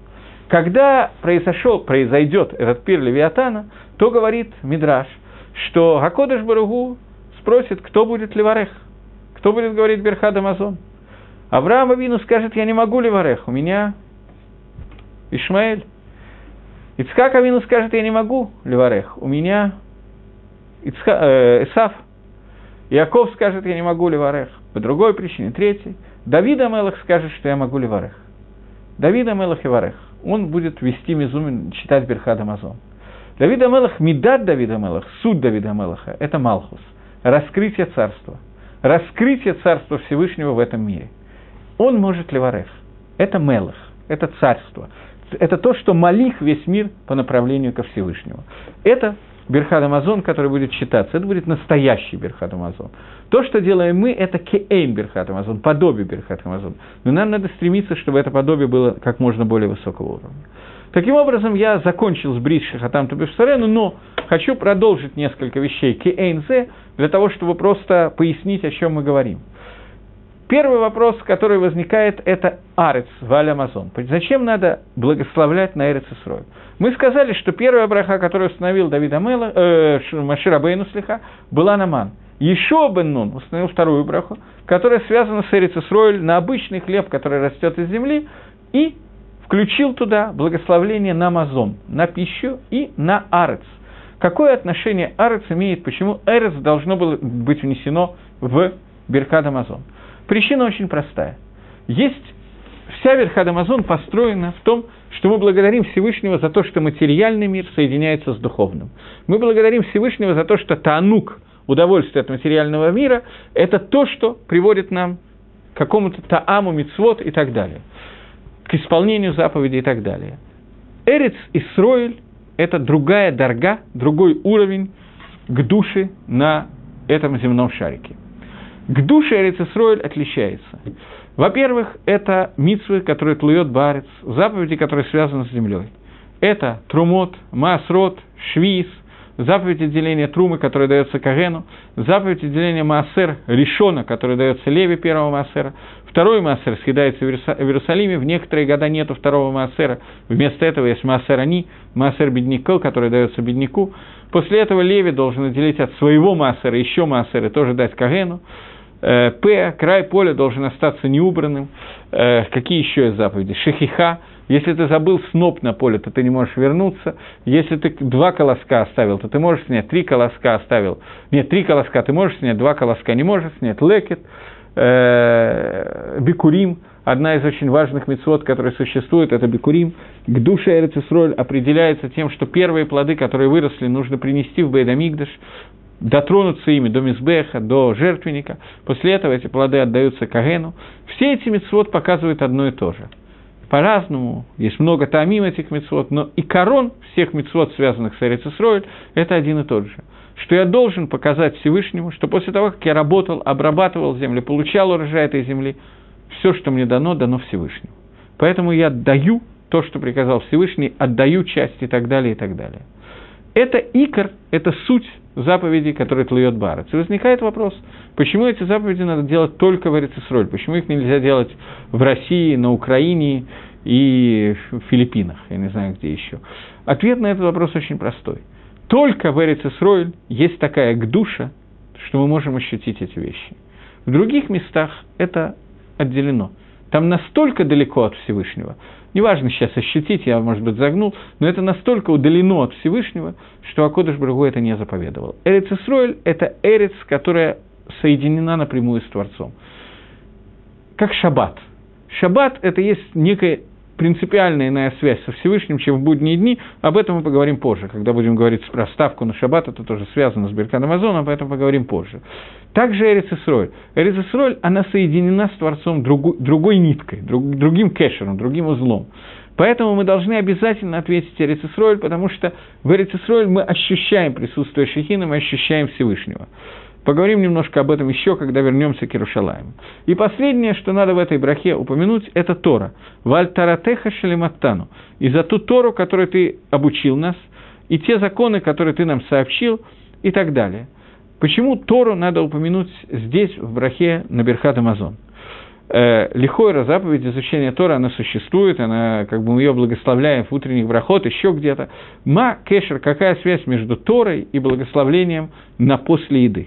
Когда произошел, произойдет этот пир Левиатана, то говорит Мидраш, что Гакодеш Баругу спросит, кто будет леварех, кто будет говорить Берхад Амазон. Авраам Авину скажет, я не могу леварех, у меня Ишмаэль. Ицхак Авину скажет, я не могу леварех, у меня Ицха, э, Исав. Иаков скажет, я не могу леварех. По другой причине. Третий. Давид Амелах скажет, что я могу леварех. Давид Амелах и варех. Он будет вести мизумен, читать Берхад Амазон. Давид Амелах, Мидат Давид Амелах, суд Давида Амелаха – это Малхус. Раскрытие царства. Раскрытие царства Всевышнего в этом мире. Он может леварех. Это Мелах. Это царство. Это то, что молих весь мир по направлению ко Всевышнему. Это Берхад Амазон, который будет читаться, это будет настоящий Берхад Амазон. То, что делаем мы, это кеэйн Берхад Амазон, подобие Берхад Амазон. Но нам надо стремиться, чтобы это подобие было как можно более высокого уровня. Таким образом, я закончил с Брит Шехатам Табешсарену, но хочу продолжить несколько вещей кеэйн зе, для того, чтобы просто пояснить, о чем мы говорим. Первый вопрос, который возникает, это Арец, Валь Амазон. Зачем надо благословлять на Эрец Исроэль? Мы сказали, что первая браха, которую установил Давид Амела, э, Моше Рабейну слиха, была на ман. Ешуа бен Нун установил вторую браху, которая связана с Эрец Исроэль, на обычный хлеб, который растет из земли, и включил туда благословление на мазон, на пищу и на Арец. Какое отношение Арец имеет, почему Эрец должно было быть внесено в Берхад Амазон? Причина очень простая. Есть вся Берхад Амазон построена в том, что мы благодарим Всевышнего за то, что материальный мир соединяется с духовным. Мы благодарим Всевышнего за то, что таанук, удовольствие от материального мира, это то, что приводит нам к какому-то тааму, мицвот и так далее, к исполнению заповедей и так далее. Эрец Исроэль – это другая дарга, другой уровень к душе на этом земном шарике. К душе Эрец Исроэль отличается. Во-первых, это мицвы, которые тлует баарец, заповеди, которые связаны с землей. Это трумот, маасрот, швиис, заповедь отделения трумы, которая дается Кагену, заповедь отделения маасер ришона, который дается Леви первого маасера, второй маасер съедается в Иерусалиме, в некоторые года нету второго маасера, вместо этого есть маасер ани, маасер бедняка, который дается бедняку. После этого Леви должен отделить от своего маасера еще маасер и тоже дать Кагену. П, край поля должен остаться неубранным. Какие еще есть заповеди? Шехиха. Если ты забыл сноп на поле, то ты не можешь вернуться. Если ты два колоска оставил, то ты можешь снять, три колоска оставил. Нет, три колоска ты можешь снять, два колоска не можешь снять. Лекет, э, бикурим. Одна из очень важных мицвот, которые существуют, это бикурим. К душе Эрец Исроэль определяется тем, что первые плоды, которые выросли, нужно принести в Бейт-Амикдаш, дотронуться ими до мизбеха, до жертвенника. После этого эти плоды отдаются кагену. Все эти мицвот показывают одно и то же. По-разному, есть много таамим этих мицвот, но и корон всех мицвот, связанных с Эрец Исроэль, это один и тот же. Что я должен показать Всевышнему, что после того, как я работал, обрабатывал землю, получал урожай этой земли, все, что мне дано, дано Всевышнему. Поэтому я даю то, что приказал Всевышний, отдаю часть и так далее, и так далее. Это икор, это суть заповедей, которые тлует барец. И возникает вопрос, почему эти заповеди надо делать только в Эрец Исроэль, почему их нельзя делать в России, на Украине и в Филиппинах, я не знаю, где еще. Ответ на этот вопрос очень простой. Только в Эрец Исроэль есть такая гдуша, что мы можем ощутить эти вещи. В других местах это отделено. Там настолько далеко от Всевышнего, неважно сейчас ощутить, я, может быть, загнул, но это настолько удалено от Всевышнего, что Акодыш Барух Ху это не заповедовал. Эрец Исроэль – это эрец, которая соединена напрямую с Творцом. Как шаббат. Шаббат – это есть некая принципиальная иная связь со Всевышним, чем в будние дни. Об этом мы поговорим позже, когда будем говорить про ставку на шаббат, это тоже связано с Беркат Амазоном, поэтому поговорим позже. Также Эрец Исроэль. Эрец Исроэль, она соединена с Творцом другу, другой ниткой, друг, другим кэшером, другим узлом. Поэтому мы должны обязательно ответить Эрец Исроэль, потому что в Эрец Исроэль мы ощущаем присутствие Шехины, мы ощущаем Всевышнего. Поговорим немножко об этом еще, когда вернемся к Иерушалаиму. И последнее, что надо в этой брахе упомянуть, это Тора. «Валь таратеха шалиматтану». И за ту Тору, которую ты обучил нас, и те законы, которые ты нам сообщил, и так далее. Почему Тору надо упомянуть здесь, в брахе на Беркат Амазон? Э, Лихойра, заповедь изучения Торы, она существует, она, как бы мы ее благословляем в утренних брахот, еще где-то. Ма кешер, какая связь между Торой и благословлением на после еды?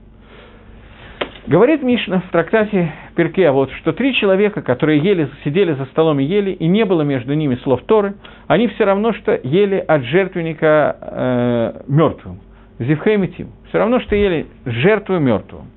Говорит Мишна в трактате Перкей Авот, что три человека, которые ели, сидели за столом и ели, и не было между ними слов Торы, они все равно, что ели от жертвенника э, мертвым. Зивхей митим. Все равно, что ели жертву мертвым.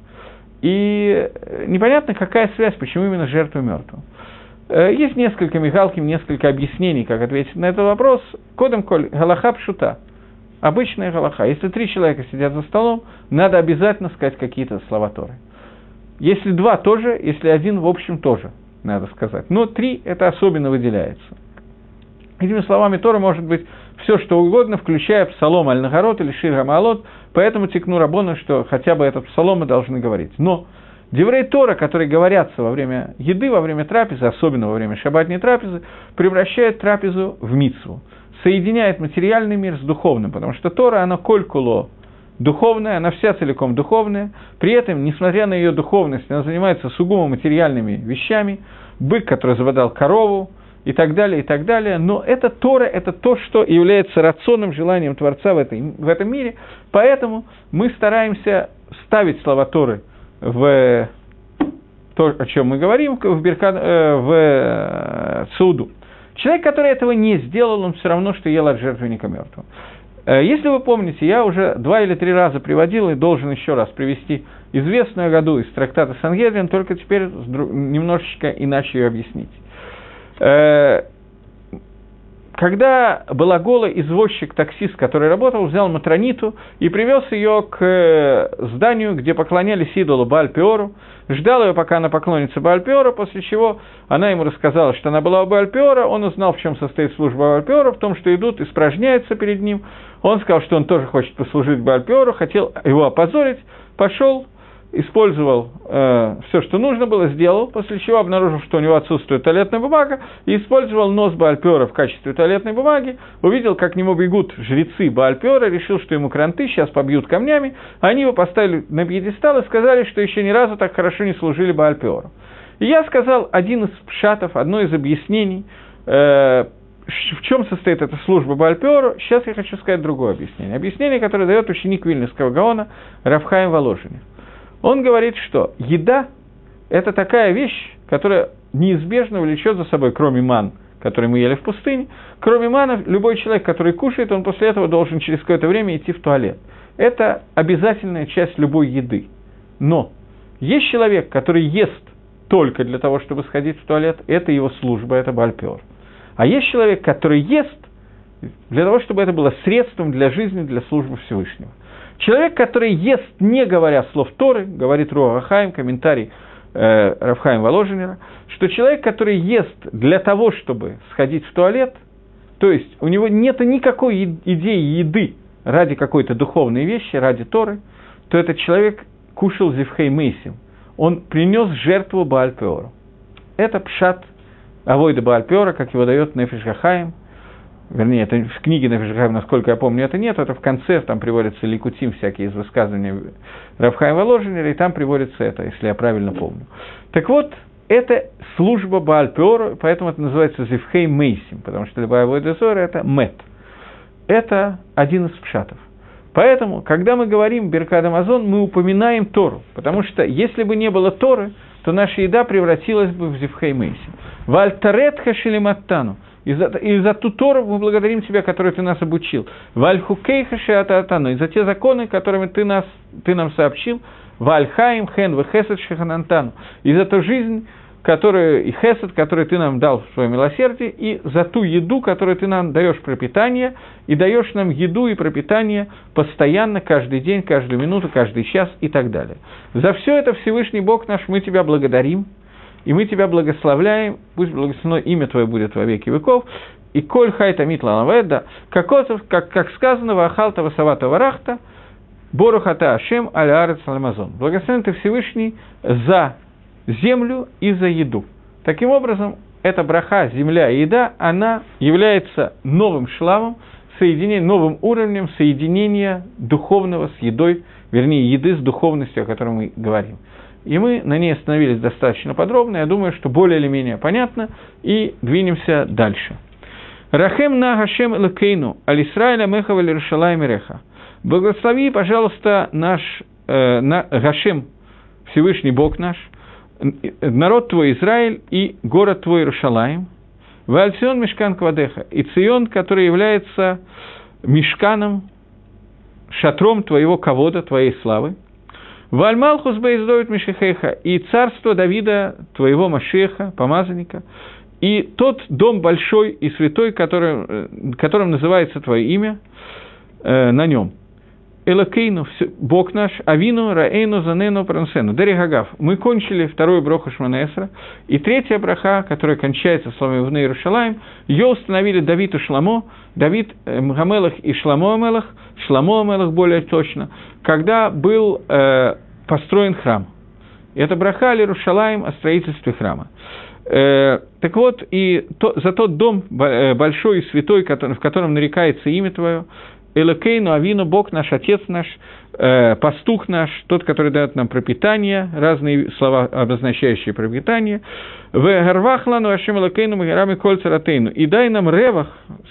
И непонятно, какая связь, почему именно жертву мертвым. Э, есть несколько мигалким, несколько объяснений, как ответить на этот вопрос. Кодем коль галаха пшута. Обычная галаха. Если три человека сидят за столом, надо обязательно сказать какие-то слова Торы. Если два тоже, если один, в общем, тоже, надо сказать. Но три это особенно выделяется. Этими словами Тора может быть все, что угодно, включая псалом Аль-Нахарот или Шир Га-Маалот, поэтому тикну раббону, что хотя бы этот псалом мы должны говорить. Но деврей Тора, которые говорятся во время еды, во время трапезы, особенно во время шаббатной трапезы, превращают трапезу в мицву, соединяет материальный мир с духовным, потому что Тора, она коль-куло, духовная, она вся целиком духовная, при этом, несмотря на ее духовность, она занимается сугубо материальными вещами, бык, который заводал корову, и так далее, и так далее, но это Тора, это то, что является рационным желанием Творца в, этой, в этом мире, поэтому мы стараемся ставить слова Торы в то, о чем мы говорим, в, Беркат, в Сауду. Человек, который этого не сделал, он все равно, что ел от жертвенника мертвого. Если вы помните, я уже два или три раза приводил и должен еще раз привести известную году из трактата Сангедрин, только теперь немножечко иначе ее объяснить. Когда Балагола, извозчик, таксист, который работал, взял матрониту и привез ее к зданию, где поклонялись идолу Бааль-Пеору, ждал ее, пока она поклонится Бааль-Пеору, после чего она ему рассказала, что она была у Бааль-Пеора, он узнал, в чем состоит служба Бааль-Пеора, в том, что идут, испражняются перед ним, он сказал, что он тоже хочет послужить Бааль-Пеору, хотел его опозорить, пошел, использовал э, все, что нужно было, сделал, после чего обнаружил, что у него отсутствует туалетная бумага, и использовал нос Бааль-Пеора в качестве туалетной бумаги, увидел, как к нему бегут жрецы Бааль-Пеора, решил, что ему кранты, сейчас побьют камнями, они его поставили на пьедестал и сказали, что еще ни разу так хорошо не служили Бааль-Пеору. И я сказал один из пшатов, одно из объяснений, э, в чем состоит эта служба Бааль-Пеору, сейчас я хочу сказать другое объяснение. Объяснение, которое дает ученик Вильнюсского Гаона Рав Хаим Воложин. Он говорит, что еда – это такая вещь, которая неизбежно влечет за собой, кроме ман, который мы ели в пустыне. Кроме мана, любой человек, который кушает, он после этого должен через какое-то время идти в туалет. Это обязательная часть любой еды. Но есть человек, который ест только для того, чтобы сходить в туалет, это его служба, это Бааль Пеор. А есть человек, который ест для того, чтобы это было средством для жизни, для службы Всевышнего. Человек, который ест, не говоря слов Торы, говорит Руах ха-Хаим, комментарий э, Рав Хаим Воложенера, что человек, который ест для того, чтобы сходить в туалет, то есть у него нет никакой идеи еды ради какой-то духовной вещи, ради Торы, то этот человек кушал зивхей мейсим. Он принес жертву Бааль Пеору. Это пшат авойда Бааль Пеора, как его дает Нефеш ха-Хаим. Вернее, это в книге Нефеш ха-Хаим, насколько я помню, это нет, это в конце, там приводятся ликутим всякие из высказываний Рав Хаим Воложенера, и там приводится это, если я правильно помню. Так вот, это служба Бааль Пеору, поэтому это называется зивхей мейсим, потому что любая авойда зора – это мет. Это один из пшатов. Поэтому, когда мы говорим Беркат Амазон, мы упоминаем Тору, потому что если бы не было Торы, то наша еда превратилась бы в зивхей мейсим. Вальтарет хашелиматтану. И за, и за ту Тору мы благодарим Тебя, которую Ты нас обучил. Вальхукей хашеатаатану. И за те законы, которыми Ты, нас, ты нам сообщил. Вальхаим хен вехесед шеханантану. И за ту жизнь, которую, и хесед, который Ты нам дал в своем милосердии, и за ту еду, которую Ты нам даешь пропитание, и даешь нам еду и пропитание постоянно, каждый день, каждую минуту, каждый час и так далее. За все это, Всевышний Бог наш, мы Тебя благодарим, и мы Тебя благословляем, пусть благословено имя Твое будет во веки веков, и коль хай тамит лалавэдда, как, как, как сказано, ваахалта васавата варахта, борухата ашем аля арец аламазон. Благословен Ты, Всевышний, за землю и за еду. Таким образом, эта браха, земля и еда, она является новым шлавом, соединением, новым уровнем соединения духовного с едой, вернее, еды с духовностью, о которой мы говорим. И мы на ней остановились достаточно подробно, я думаю, что более или менее понятно, и двинемся дальше. Рахем на Гашем Элокейну, Аль-Исраэль Амеха Валь-Иерушалаим Иреха. Благослови, пожалуйста, наш э, на, Гашем, Всевышний Бог наш, народ твой Израиль и город твой Иерушалаим, Вальцион Мишкан Квадеха, и Цион, который является мишканом, шатром твоего кавода, твоей славы, Вальмалхус Бейздовит Мишехеха, и царство Давида, твоего Машеха, помазанника, и тот дом большой и святой, который, которым называется твое имя, э, на нем. Элокейну, Бог наш, Авину, Раэйну, Занену, Прансену. Дерегагав. Мы кончили вторую броху Шмона Эсра, и третья браха, которая кончается словами «Вне Иерушалаим», ее установили Давид и Шламо, Давид Мгамелах и Шламо Амелах, Шламо Амелах более точно, когда был э, построен храм. И это браха Аль-Иерушалаим о строительстве храма. Э, так вот, и то, за тот дом большой и святой, который, в котором нарекается имя Твое, Элокейну, Авину, Бог наш, Отец наш, э, Пастух наш, тот, который дает нам пропитание, разные слова, обозначающие пропитание. В Гарвахлану, Ашем Элокейну, Магерами, Кольцаратейну. И дай нам ревах,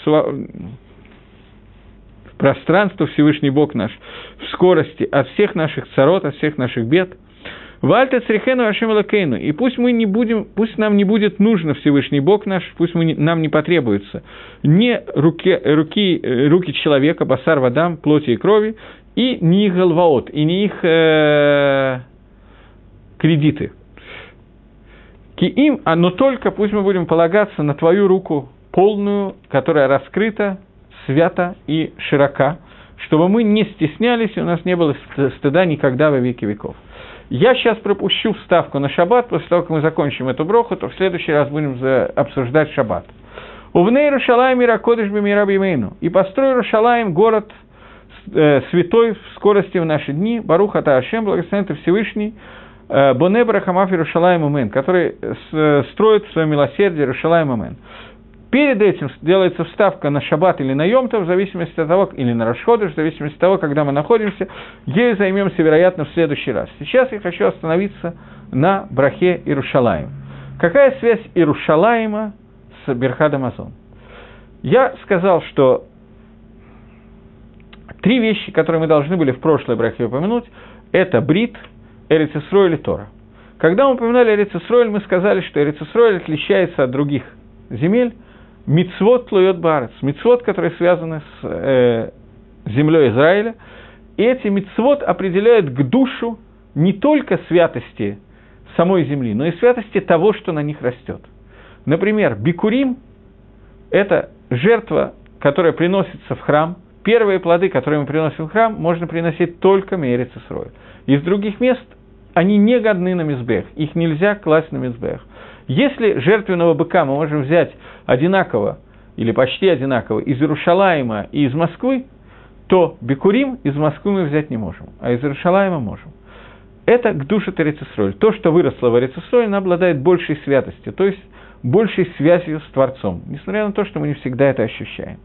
пространство, Всевышний Бог наш, в скорости от всех наших царот, от всех наших бед. Вальта црихену Ашем Элокейну, и пусть мы не будем, пусть нам не будет нужно Всевышний Бог наш, пусть мы не, нам не потребуется ни руки, руки, руки человека, басар вадам, плоти и крови, и не их галваот, и не их э, кредиты. Ки им, а но только пусть мы будем полагаться на Твою руку полную, которая раскрыта, свята и широка, чтобы мы не стеснялись, и у нас не было стыда никогда во веки веков. Я сейчас пропущу вставку на шаббат, после того, как мы закончим эту броху, то в следующий раз будем обсуждать шаббат. «Увней Иерушалаим мира кодыш бимира бимейну». И построй Иерушалаим, город э, святой в скорости в наши дни, Барух ата Ашем, благословен Ты Всевышний, э, Боне Барахамаф Иерушалаим Амен, который с, строит в своем милосердии Иерушалаим Амен. Перед этим делается вставка на шаббат или на йом-тов, в зависимости от того, или на Рош ходеш, в зависимости от того, когда мы находимся, ею займемся, вероятно, в следующий раз. Сейчас я хочу остановиться на брахе Иерушалаим. Какая связь Иерушалаима с Беркат Амазон? Я сказал, что три вещи, которые мы должны были в прошлой брахе упомянуть, это Брит, Эрец Исроэль и Тора. Когда мы упоминали Эрец Исроэль, мы сказали, что Эрец Исроэль отличается от других земель мицвот тлуёт баарец, мицвот, которые связаны с э, землей Израиля. И эти мицвот определяют к душу не только святости самой земли, но и святости того, что на них растет. Например, бикурим – это жертва, которая приносится в храм. Первые плоды, которые мы приносим в храм, можно приносить только меэрец Исроэль. Из других мест они не годны на мизбех, их нельзя класть на мизбех. Если жертвенного быка мы можем взять одинаково, или почти одинаково, из Иерушалаима и из Москвы, то бикурим из Москвы мы взять не можем, а из Иерушалаима можем. Это к душе Эрец Исроэль. То, что выросло в Эрец Исроэль, оно обладает большей святостью, то есть большей связью с Творцом, несмотря на то, что мы не всегда это ощущаем.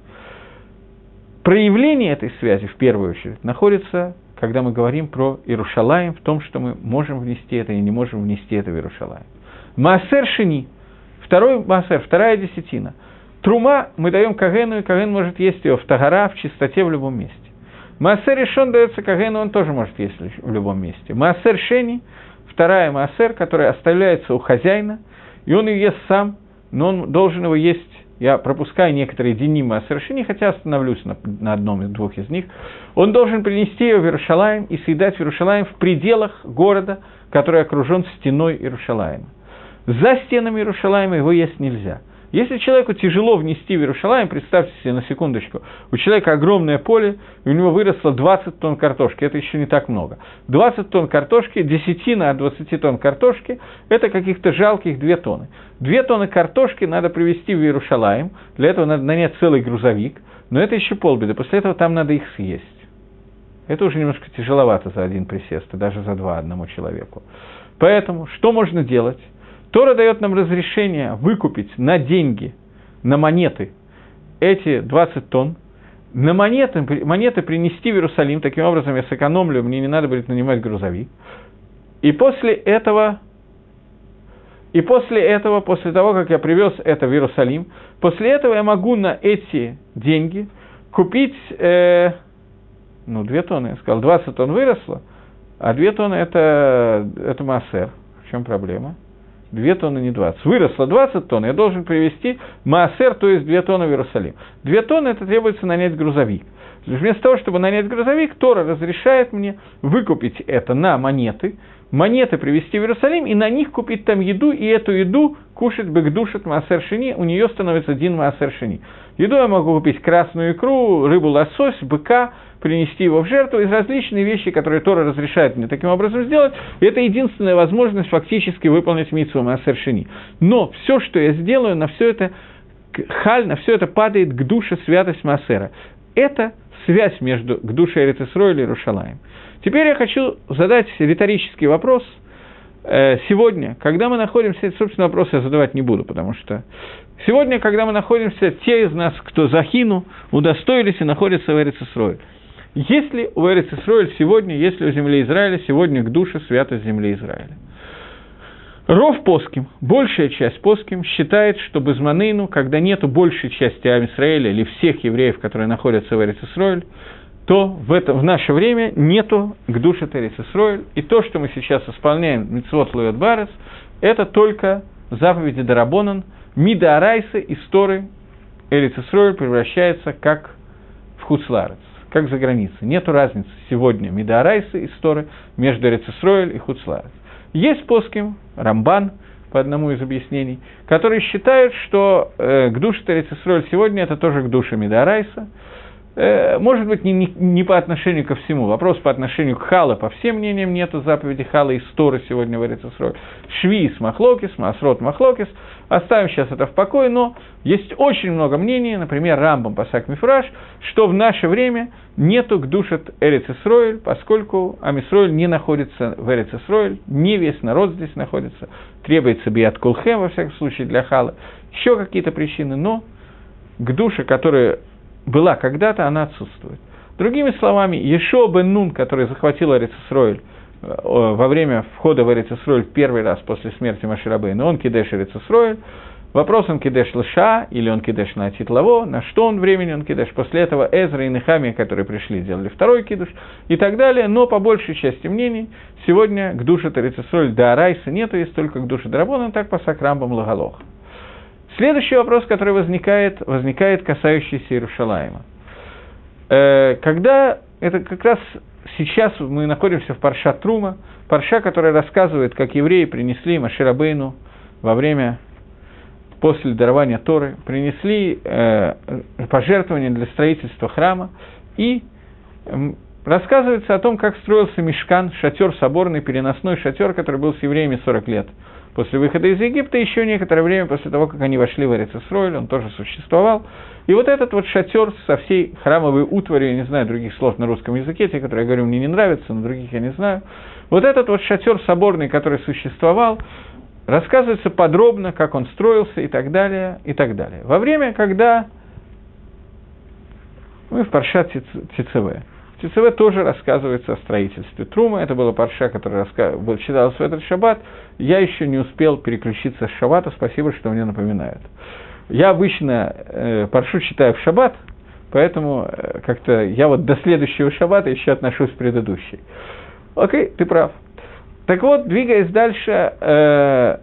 Проявление этой связи, в первую очередь, находится, когда мы говорим про Иерушалаим, в том, что мы можем внести это и не можем внести это в Иерушалаим. Маасер шени, второй маасер, вторая десятина. Трума мы даем кагену, и каген может есть ее в тагара, в чистоте, в любом месте. Маасер решен дается кагену, он тоже может есть в любом месте. Маасер шени, вторая маасер, которая оставляется у хозяина, и он ее ест сам, но он должен его есть. Я пропускаю некоторые дни маасер шени, хотя остановлюсь на, на одном из двух из них. Он должен принести ее в Иерушалаим и съедать в Иерушалаим в пределах города, который окружен стеной Иерушалаима. За стенами Иерушалаима его есть нельзя. Если человеку тяжело внести в Иерушалаим, представьте себе на секундочку, у человека огромное поле, и у него выросло двадцать тонн картошки, это еще не так много. двадцать тонн картошки, десятина от двадцати тонн картошки, это каких-то жалких две тонны. две тонны картошки надо привезти в Иерушалаим, для этого надо нанять целый грузовик, но это еще полбеды, после этого там надо их съесть. Это уже немножко тяжеловато за один присест, и даже за два одному человеку. Поэтому что можно делать? Тора дает нам разрешение выкупить на деньги, на монеты эти двадцать тонн, на монеты, монеты принести в Иерусалим, таким образом я сэкономлю, мне не надо будет нанимать грузовик. И после этого, и после этого, после того, как я привез это в Иерусалим, после этого я могу на эти деньги купить, э, ну, две тонны, я сказал, двадцать тонн выросло, а две тонны это, это маасер. В чем проблема? Две тонны, не двадцать. Выросло двадцать тонн, я должен привезти маасер, то есть две тонны в Иерусалим. Две тонны это требуется нанять грузовик. Вместо того, чтобы нанять грузовик, Тора разрешает мне выкупить это на монеты, монеты привезти в Иерусалим и на них купить там еду, и эту еду кушать бэкдушет маасер шени, у нее становится один маасер шени. Еду я могу купить красную икру, рыбу лосось, быка, принести его в жертву, из различных вещей, которые Тора разрешает мне таким образом сделать, и это единственная возможность фактически выполнить мицву маасер шени. Но все, что я сделаю, на все это халь, на все это падает к душе святость маасера. Это связь между к душе Эрец Исроэль и Иерушалаим. Теперь я хочу задать риторический вопрос. Сегодня, когда мы находимся, собственно, вопрос я задавать не буду, потому что сегодня, когда мы находимся, те из нас, кто захину, удостоились и находятся в Эрец Исроэль. Есть ли у Эрец Исроэль сегодня, есть ли у земли Израиля сегодня к душе святость земли Израиля? Ров Поским, большая часть Поским считает, что Безманейну, когда нету большей части Ам Исраэля или всех евреев, которые находятся в Эрец Исроэль, то в, это, в наше время нету к душе Эрец Исроэль, и то, что мы сейчас исполняем мицвот лоэт баарец, это только заповеди Дарабонан, Мида Арайса из Торы Эрец Исроэль превращается как в Хуцлаарец, как за границей. Нету разницы сегодня Мида Арайса из Торы между Эрец Исроэль и Хуцлаарец. Есть поским, Рамбан, по одному из объяснений, которые считают, что э, к душе Эрец Исроэль сегодня это тоже к душе Мида Арайса. Э, может быть, не, не, не по отношению ко всему. Вопрос по отношению к Хала, по всем мнениям, нету заповеди Хала из Торы сегодня в Эрец Исроэль. Швиис Махлокис, Маасрот Махлокис. Оставим сейчас это в покое, но есть очень много мнений, например, Рамбам Пасак Мифраш, что в наше время нету к душе Эрец Исроэль, поскольку Ам Исроэль не находится в Эрец Исроэль, не весь народ здесь находится, требуется биат кулхем, во всяком случае, для Хала, еще какие-то причины, но к душе, которая была когда-то, она отсутствует. Другими словами, Ешуа бен Нун, который захватил Эрец Исроэль во время входа в Эрец Исроэль первый раз после смерти Моше Рабейну, он кидеш Эрец Исроэль, вопрос он кидеш лыша, или он кидеш на атит лаво, на что он времени он кидеш. После этого Эзра и Нехамия, которые пришли, делали второй кидуш и так далее, но по большей части мнений сегодня к душе Эрец Исроэль да Арайса нету, есть только к душе Дарабона, так пасак Рамбам Лагалох. Следующий вопрос, который возникает, возникает касающийся Иерушалаима. Э, когда, это как раз сейчас мы находимся в Паршат Трума, парша, которая рассказывает, как евреи принесли Моше Рабейну во время, после дарования Торы, принесли э, пожертвования для строительства храма, и э, рассказывается о том, как строился Мишкан, шатер соборный, переносной шатер, который был с евреями сорок лет. После выхода из Египта, еще некоторое время после того, как они вошли в Эрец Исроэль, он тоже существовал. И вот этот вот шатер со всей храмовой утварью, я не знаю других слов на русском языке, те, которые я говорю, мне не нравятся, но других я не знаю. Вот этот вот шатер соборный, который существовал, рассказывается подробно, как он строился и так далее, и так далее. Во время, когда мы в Паршат Тецеве, в Тецеве тоже рассказывается о строительстве Трума, это была парша, которая раска... читалась в этот шаббат, я еще не успел переключиться с шаббата, спасибо, что мне напоминают. Я обычно э, паршу читаю в шаббат, поэтому э, как-то я вот до следующего шаббата еще отношусь к предыдущей. Окей, ты прав. Так вот, двигаясь дальше, э,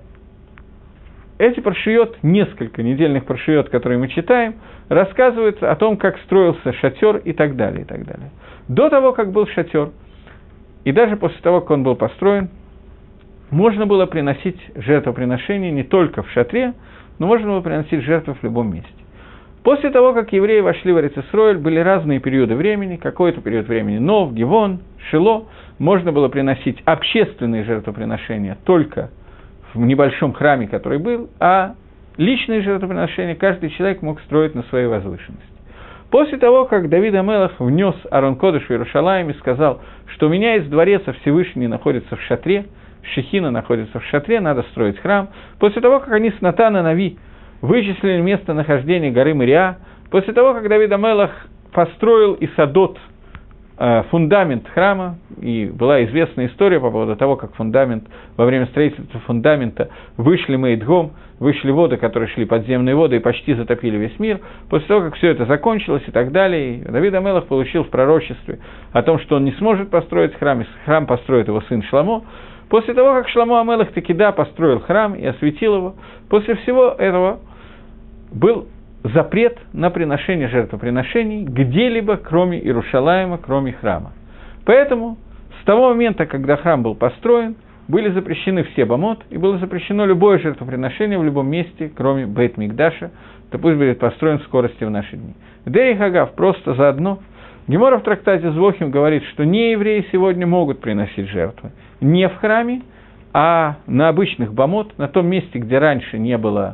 эти паршиот, несколько недельных паршиот, которые мы читаем, рассказывают о том, как строился шатер и так далее, и так далее. До того, как был шатер, и даже после того, как он был построен, можно было приносить жертвоприношения не только в шатре, но можно было приносить жертвы в любом месте. После того, как евреи вошли в Эрец Исроэль, были разные периоды времени, какой-то период времени Нов, Гивон, Шило, можно было приносить общественные жертвоприношения только в небольшом храме, который был, а личные жертвоприношения каждый человек мог строить на своей возвышенности. После того, как Давид а-Мелех внес Арон Кодеш в Иерушалаим и сказал, что у меня из дворца Всевышний находится в шатре, Шехина находится в шатре, надо строить храм. После того, как они с Натан а-Нави вычислили местонахождение горы Мириа, после того, как Давид а-Мелех построил Исадот, э, фундамент храма, и была известная история по поводу того, как фундамент, во время строительства фундамента вышли Мейдгом, вышли воды, которые шли подземные воды и почти затопили весь мир. После того, как все это закончилось и так далее, Давид а-Мелех получил в пророчестве о том, что он не сможет построить храм, и храм построит его сын Шломо. После того, как Шломо а-Мелех таки да построил храм и осветил его, после всего этого был запрет на приношение жертвоприношений где-либо, кроме Иерушалаима, кроме храма. Поэтому с того момента, когда храм был построен, были запрещены все бамот, и было запрещено любое жертвоприношение в любом месте, кроме Бейт-Микдаша, то пусть будет построен в скорости в наши дни. Дерих агав, просто заодно. Гемора в трактате Звохим говорит, что неевреи сегодня могут приносить жертвы не в храме, а на обычных бамот, на том месте, где раньше не было,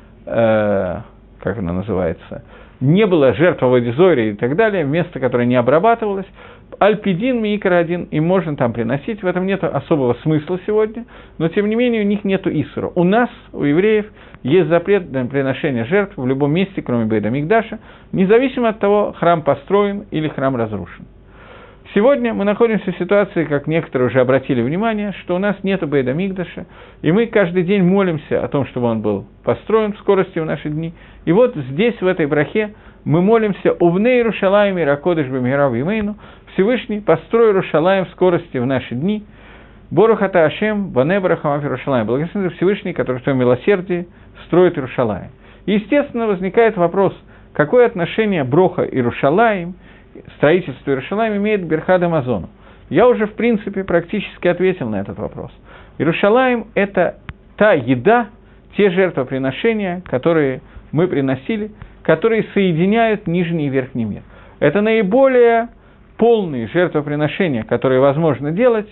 э, как оно называется, не было жертв Аводизойри и так далее, место, которое не обрабатывалось, Альпидин, Микро-один, и можно там приносить, в этом нет особого смысла сегодня, но тем не менее у них нет исура. У нас, у евреев, есть запрет на приношение жертв в любом месте, кроме Бейт Микдаша, независимо от того, храм построен или храм разрушен. Сегодня мы находимся в ситуации, как некоторые уже обратили внимание, что у нас нет Бейт Микдаша, и мы каждый день молимся о том, чтобы он был построен в скорости в наши дни. И вот здесь, в этой брахе, мы молимся «Увне Иерушалаим Иракодыш бемирав ямейну», Всевышний, построй Иерушалаим в скорости в наши дни. Борух ата Ашем, Бане барахамав Иерушалаим. Благословен Всевышний, который в твоем милосердии строит Иерушалаим. И, естественно, возникает вопрос, какое отношение Броха Иерушалаим, строительство Иерушалаим имеет к Берхат Амазону. Я уже, в принципе, практически ответил на этот вопрос. Иерушалаим – это та еда, те жертвоприношения, которые мы приносили, которые соединяют нижний и верхний мир. Это наиболее полные жертвоприношения, которые возможно делать,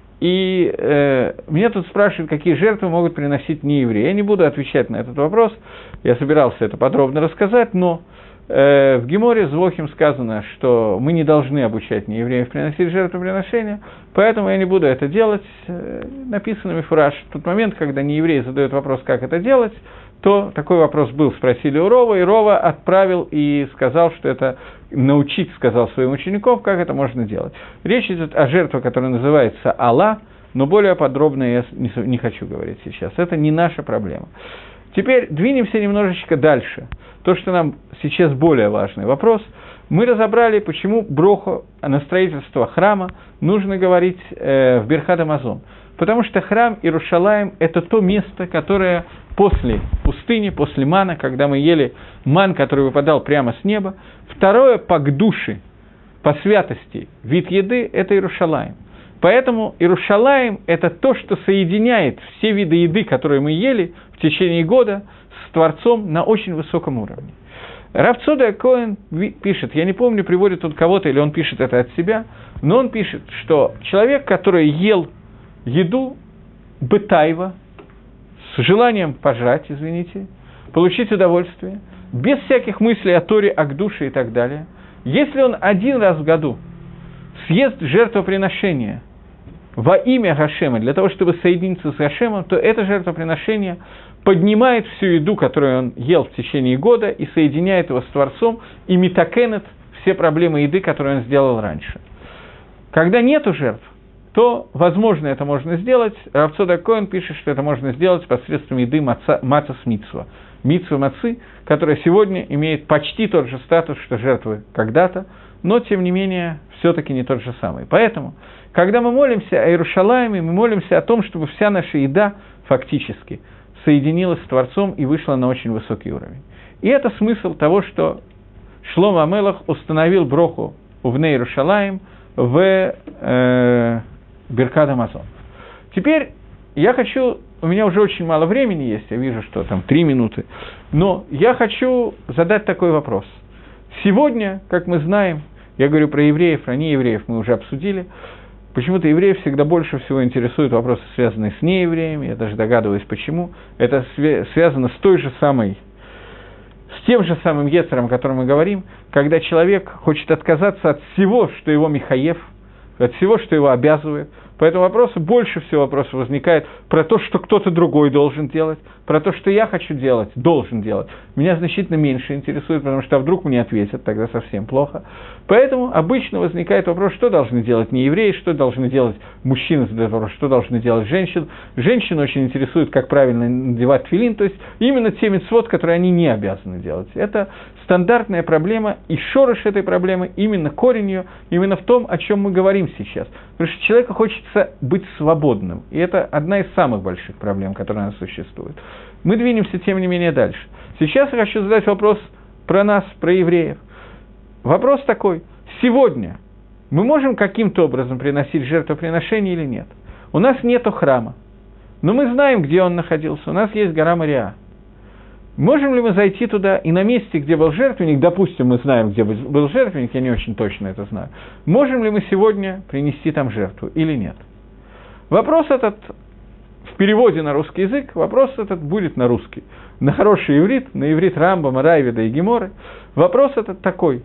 и э, меня тут спрашивают, какие жертвы могут приносить неевреи. Я не буду отвечать на этот вопрос, я собирался это подробно рассказать, но э, в Геморе Звохим сказано, что мы не должны обучать неевреев приносить жертвоприношения, поэтому я не буду это делать. Э, написано мифураж, в тот момент, когда нееврей задает вопрос, как это делать, то такой вопрос был, спросили у Рова, и Рова отправил и сказал, что это научить, сказал своим ученикам, как это можно делать. Речь идет о жертве, которая называется Алла, но более подробно я не, не хочу говорить сейчас. Это не наша проблема. Теперь двинемся немножечко дальше. То, что нам сейчас более важный вопрос. Мы разобрали, почему броху на строительство храма нужно говорить э, в Берхат Амазон. Потому что храм Иерушалаим – это то место, которое после пустыни, после мана, когда мы ели ман, который выпадал прямо с неба. Второе по гдуше, по святости, вид еды – это Иерушалаим. Поэтому Иерушалаим – это то, что соединяет все виды еды, которые мы ели в течение года, с Творцом на очень высоком уровне. Рав Цодек Коэн пишет, я не помню, приводит он кого-то или он пишет это от себя, но он пишет, что человек, который ел еду бытайва, с желанием пожрать, извините, получить удовольствие, без всяких мыслей о Торе, о душе и так далее, если он один раз в году съест жертвоприношение во имя Гашема, для того, чтобы соединиться с Гашемом, то это жертвоприношение поднимает всю еду, которую он ел в течение года, и соединяет его с Творцом, и митакенет все проблемы еды, которые он сделал раньше. Когда нету жертв, то, возможно, это можно сделать. Рав Цодек Коэн пишет, что это можно сделать посредством еды маца, маца с мицва. Мицва мацы, которая сегодня имеет почти тот же статус, что жертвы когда-то, но, тем не менее, все-таки не тот же самый. Поэтому, когда мы молимся о Иерушалаиме, мы молимся о том, чтобы вся наша еда фактически соединилась с Творцом и вышла на очень высокий уровень. И это смысл того, что Шломо ха-Мелех установил броху в Бней Иерушалаим в э, Беркат Амазон. Теперь я хочу, у меня уже очень мало времени есть, я вижу, что там три минуты, но я хочу задать такой вопрос. Сегодня, как мы знаем, я говорю про евреев, про неевреев мы уже обсудили, почему-то евреев всегда больше всего интересуют вопросы, связанные с неевреями, я даже догадываюсь, почему. Это связано с той же самой, с тем же самым ецером, о котором мы говорим, когда человек хочет отказаться от всего, что его михаев, от всего, что его обязывает. По этому вопросу больше всего вопросов возникает про то, что кто-то другой должен делать, про то, что я хочу делать, должен делать. Меня значительно меньше интересует, потому что а вдруг мне ответят, тогда совсем плохо. Поэтому обычно возникает вопрос, что должны делать неевреи, что должны делать мужчины, что должны делать женщины. Женщин очень интересует, как правильно надевать тфилин, то есть именно те мицвот, которые они не обязаны делать. Это стандартная проблема, и шорох этой проблемы, именно корень ее, именно в том, о чем мы говорим сейчас. Потому что человеку хочется быть свободным, и это одна из самых больших проблем, которые у нас существуют. Мы двинемся, тем не менее, дальше. Сейчас я хочу задать вопрос про нас, про евреев. Вопрос такой. Сегодня мы можем каким-то образом приносить жертвоприношение или нет? У нас нету храма, но мы знаем, где он находился. У нас есть гора Мориа. Можем ли мы зайти туда и на месте, где был жертвенник, допустим, мы знаем, где был жертвенник, я не очень точно это знаю, можем ли мы сегодня принести там жертву или нет? Вопрос этот в переводе на русский язык, вопрос этот будет на русский. На хороший иврит, на иврит Рамбама, Райвида и Геморы. Вопрос этот такой.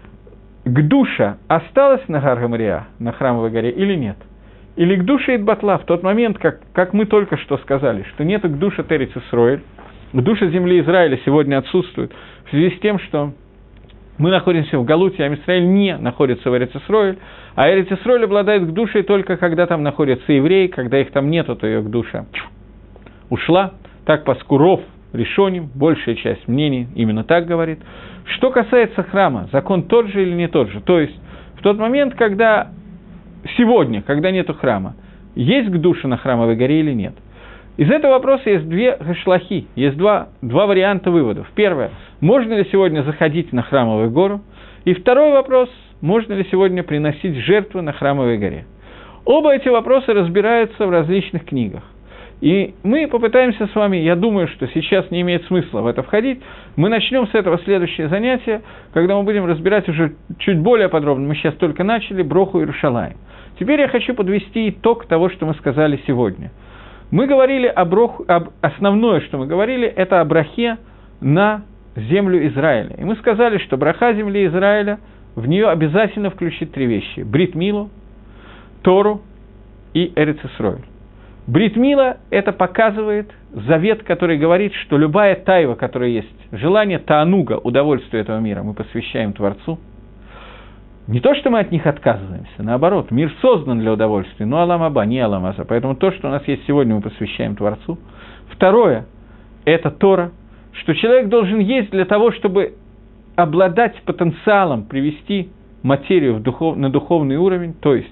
Гдуша осталась на гар Мориа, на храмовой горе, или нет? Или гдуша Итбатла в тот момент, как, как мы только что сказали, что нету гдуша Терец Исроэль, гдуша земли Израиля сегодня отсутствует в связи с тем, что мы находимся в Галуте, а Израиль не находится в Эрец Исроэль, а Эрец Исроэль обладает гдушей только когда там находятся евреи, когда их там нету, то ее гдуша ушла. Так по Скуров, Решоним, большая часть мнений именно так говорит. Что касается храма, закон тот же или не тот же? То есть в тот момент, когда сегодня, когда нету храма, есть гдуша на храмовой горе или нет? Из этого вопроса есть две гашлахи, есть два, два варианта выводов. Первое, можно ли сегодня заходить на храмовую гору? И второй вопрос, можно ли сегодня приносить жертвы на храмовой горе? Оба эти вопроса разбираются в различных книгах. И мы попытаемся с вами, я думаю, что сейчас не имеет смысла в это входить, мы начнем с этого следующее занятие, когда мы будем разбирать уже чуть более подробно, мы сейчас только начали, броху Иерушалаим. Теперь я хочу подвести итог того, что мы сказали сегодня. Мы говорили о броху, об основное, что мы говорили, это о брахе на землю Израиля. И мы сказали, что браха земли Израиля, в нее обязательно включить три вещи. Брит Милу, Тору и Эрец Исроэль. Брит Мила – это показывает завет, который говорит, что любая тайва, которая есть, желание таануга, удовольствия этого мира, мы посвящаем Творцу. Не то, что мы от них отказываемся, наоборот, мир создан для удовольствия, но Алам Аба, не Алам Аза. Поэтому то, что у нас есть сегодня, мы посвящаем Творцу. Второе – это Тора, что человек должен есть для того, чтобы обладать потенциалом привести материю в духов, на духовный уровень, то есть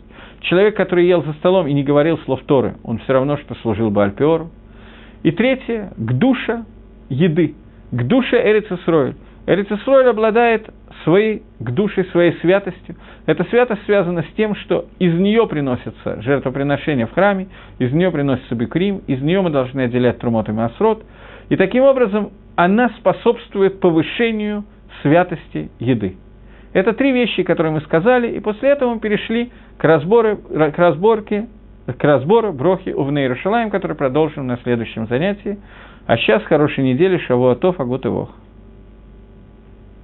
человек, который ел за столом и не говорил слов Торы, он все равно, что служил Бааль-Пеору. И третье – к душе еды, к душе Эрец Исроэль. Эрец Исроэль обладает своей к душе, своей святостью. Эта святость связана с тем, что из нее приносятся жертвоприношения в храме, из нее приносится бикрим, из нее мы должны отделять трумот и маасрот. И таким образом она способствует повышению святости еды. Это три вещи, которые мы сказали, и после этого мы перешли к, разбору, к, разборке, к разбору брохи Увней Иерушалаим, который продолжим на следующем занятии. А сейчас хорошей недели, Шавуа Тов, Агут и Вох.